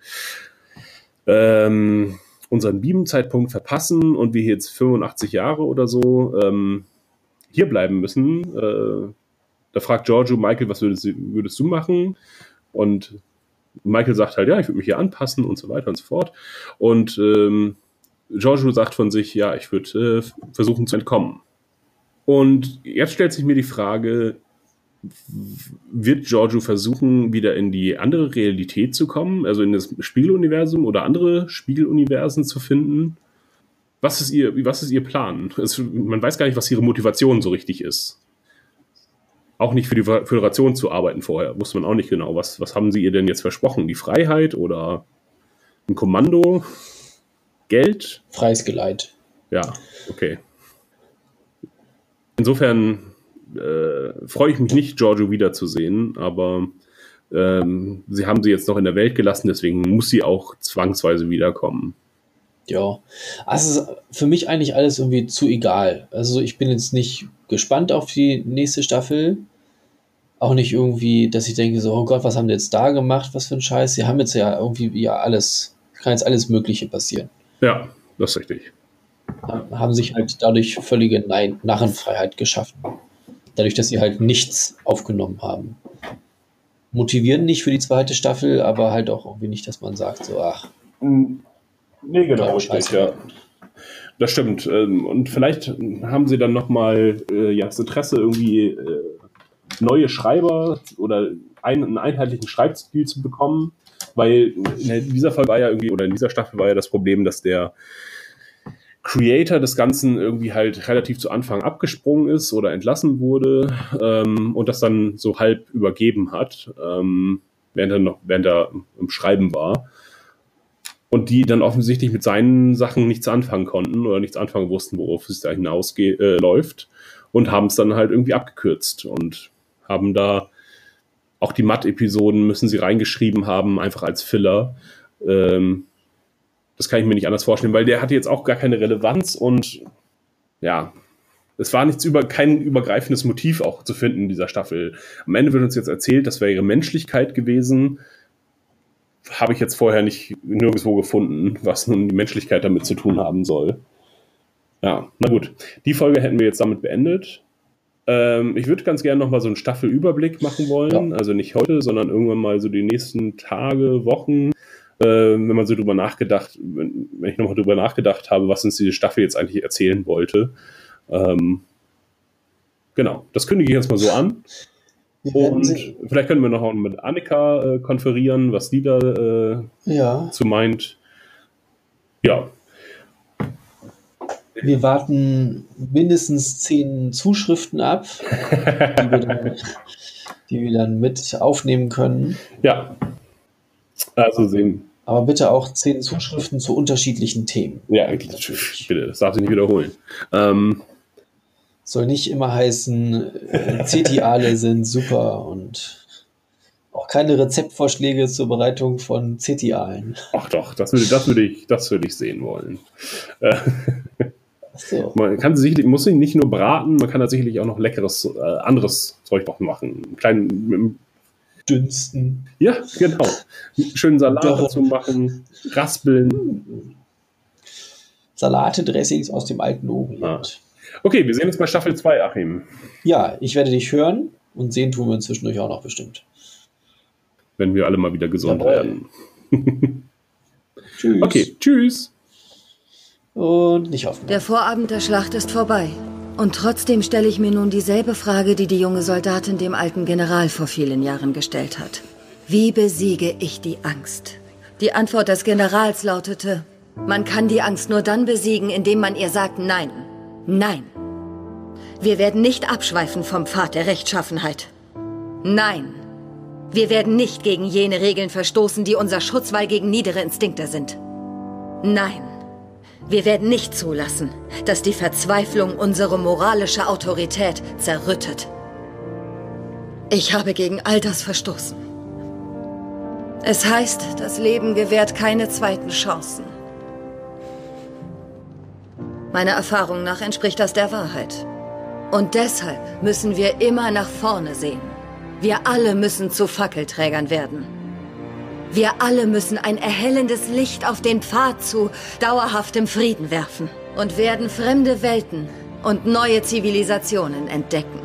ähm, unseren Beam-Zeitpunkt verpassen und wir jetzt fünfundachtzig Jahre oder so ähm, hier bleiben müssen, äh, da fragt Georgiou Michael, was würdest, würdest du machen? Und Michael sagt halt, ja, ich würde mich hier anpassen und so weiter und so fort. Und ähm, Georgiou sagt von sich, ja, ich würde äh, versuchen zu entkommen. Und jetzt stellt sich mir die Frage, wird Georgiou versuchen, wieder in die andere Realität zu kommen, also in das Spiegeluniversum oder andere Spiegeluniversen zu finden? Was ist ihr, was ist ihr Plan? Es, man weiß gar nicht, was ihre Motivation so richtig ist. Auch nicht für die Föderation zu arbeiten vorher, wusste man auch nicht genau. Was, was haben sie ihr denn jetzt versprochen? Die Freiheit oder ein Kommando? Geld? Freies Geleit. Ja, okay. Insofern äh, freue ich mich nicht, Georgiou wiederzusehen, aber ähm, sie haben sie jetzt noch in der Welt gelassen, deswegen muss sie auch zwangsweise wiederkommen. Ja, also es ist für mich eigentlich alles irgendwie zu egal. Also ich bin jetzt nicht gespannt auf die nächste Staffel. Auch nicht irgendwie, dass ich denke so, oh Gott, was haben die jetzt da gemacht? Was für ein Scheiß. Sie haben jetzt ja irgendwie ja alles, kann jetzt alles Mögliche passieren. Ja, das ist richtig. Haben sich halt dadurch völlige Nein- Narrenfreiheit geschaffen. Dadurch, dass sie halt nichts aufgenommen haben. Motivieren nicht für die zweite Staffel, aber halt auch irgendwie nicht, dass man sagt so, ach. Nee, genau, Ja, richtig, scheiße. ja. Das stimmt. Ähm, Und vielleicht haben sie dann nochmal äh, ja, das Interesse, irgendwie äh, neue Schreiber oder ein, einen einheitlichen Schreibstil zu bekommen. Weil in dieser Fall war ja irgendwie, oder in dieser Staffel war ja das Problem, dass der Creator des Ganzen irgendwie halt relativ zu Anfang abgesprungen ist oder entlassen wurde ähm, und das dann so halb übergeben hat, ähm, während er noch, während er im Schreiben war. Und die dann offensichtlich mit seinen Sachen nichts anfangen konnten oder nichts anfangen wussten, worauf es da hinausläuft äh, läuft, und haben es dann halt irgendwie abgekürzt und haben da auch die Matt-Episoden müssen sie reingeschrieben haben, einfach als Filler. Ähm, Das kann ich mir nicht anders vorstellen, weil der hatte jetzt auch gar keine Relevanz und ja, es war nichts über, kein übergreifendes Motiv auch zu finden in dieser Staffel. Am Ende wird uns jetzt erzählt, das wäre ihre Menschlichkeit gewesen. Habe ich jetzt vorher nicht nirgendwo gefunden, was nun die Menschlichkeit damit zu tun haben soll. Ja, na gut. Die Folge hätten wir jetzt damit beendet. Ähm, ich würde ganz gerne nochmal so einen Staffelüberblick machen wollen. Ja. Also nicht heute, sondern irgendwann mal so die nächsten Tage, Wochen. Ähm, wenn man so drüber nachgedacht, wenn, wenn ich nochmal drüber nachgedacht habe, was uns diese Staffel jetzt eigentlich erzählen wollte. Ähm, genau, das kündige ich jetzt mal so an. Und vielleicht können wir noch mit Annika äh, konferieren, was die da äh, ja. zu meint. Ja. Wir warten mindestens zehn Zuschriften ab, die, wir dann, die wir dann mit aufnehmen können. Ja. Also sehen. Aber bitte auch zehn Zuschriften zu unterschiedlichen Themen. Ja, bitte, das darf ich nicht wiederholen. Ähm, Soll nicht immer heißen, äh, Zetiale sind super und auch keine Rezeptvorschläge zur Bereitung von Zetialen. Ach doch, das würde, das würde ich, das würde ich sehen wollen. Äh, so. Man kann sich, muss sich nicht nur braten, man kann da sicherlich auch noch leckeres, äh, anderes Zeug noch machen. Einen kleinen Dünsten. Ja, genau. Schönen Salat Doch. dazu machen, raspeln. Salate, Dressings aus dem alten Orient. Ah. Okay, wir sehen uns bei Staffel zwei, Achim. Ja, ich werde dich hören und sehen tun wir zwischendurch auch noch bestimmt. Wenn wir alle mal wieder gesund Jawohl. werden. Tschüss. Okay, tschüss. Und nicht hoffen. Der Vorabend der Schlacht ist vorbei. Und trotzdem stelle ich mir nun dieselbe Frage, die die junge Soldatin dem alten General vor vielen Jahren gestellt hat. Wie besiege ich die Angst? Die Antwort des Generals lautete, man kann die Angst nur dann besiegen, indem man ihr sagt Nein. Nein. Wir werden nicht abschweifen vom Pfad der Rechtschaffenheit. Nein. Wir werden nicht gegen jene Regeln verstoßen, die unser Schutzwall gegen niedere Instinkte sind. Nein. Wir werden nicht zulassen, dass die Verzweiflung unsere moralische Autorität zerrüttet. Ich habe gegen all das verstoßen. Es heißt, das Leben gewährt keine zweiten Chancen. Meiner Erfahrung nach entspricht das der Wahrheit. Und deshalb müssen wir immer nach vorne sehen. Wir alle müssen zu Fackelträgern werden. Wir alle müssen ein erhellendes Licht auf den Pfad zu dauerhaftem Frieden werfen und werden fremde Welten und neue Zivilisationen entdecken.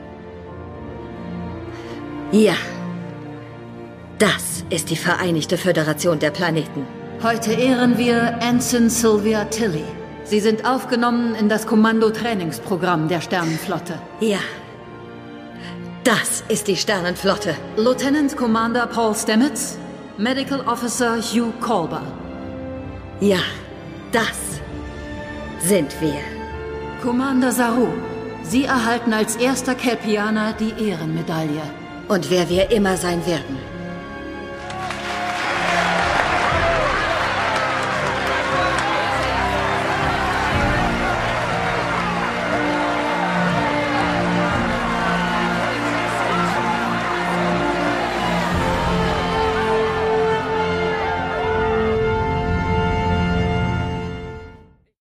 Ja, das ist die Vereinigte Föderation der Planeten. Heute ehren wir Ensign Sylvia Tilly. Sie sind aufgenommen in das Kommando-Trainingsprogramm der Sternenflotte. Ja, das ist die Sternenflotte. Lieutenant Commander Paul Stamets, Medical Officer Hugh Colber. Ja, das sind wir. Commander Saru, Sie erhalten als erster Kelpianer die Ehrenmedaille. Und wer wir immer sein werden.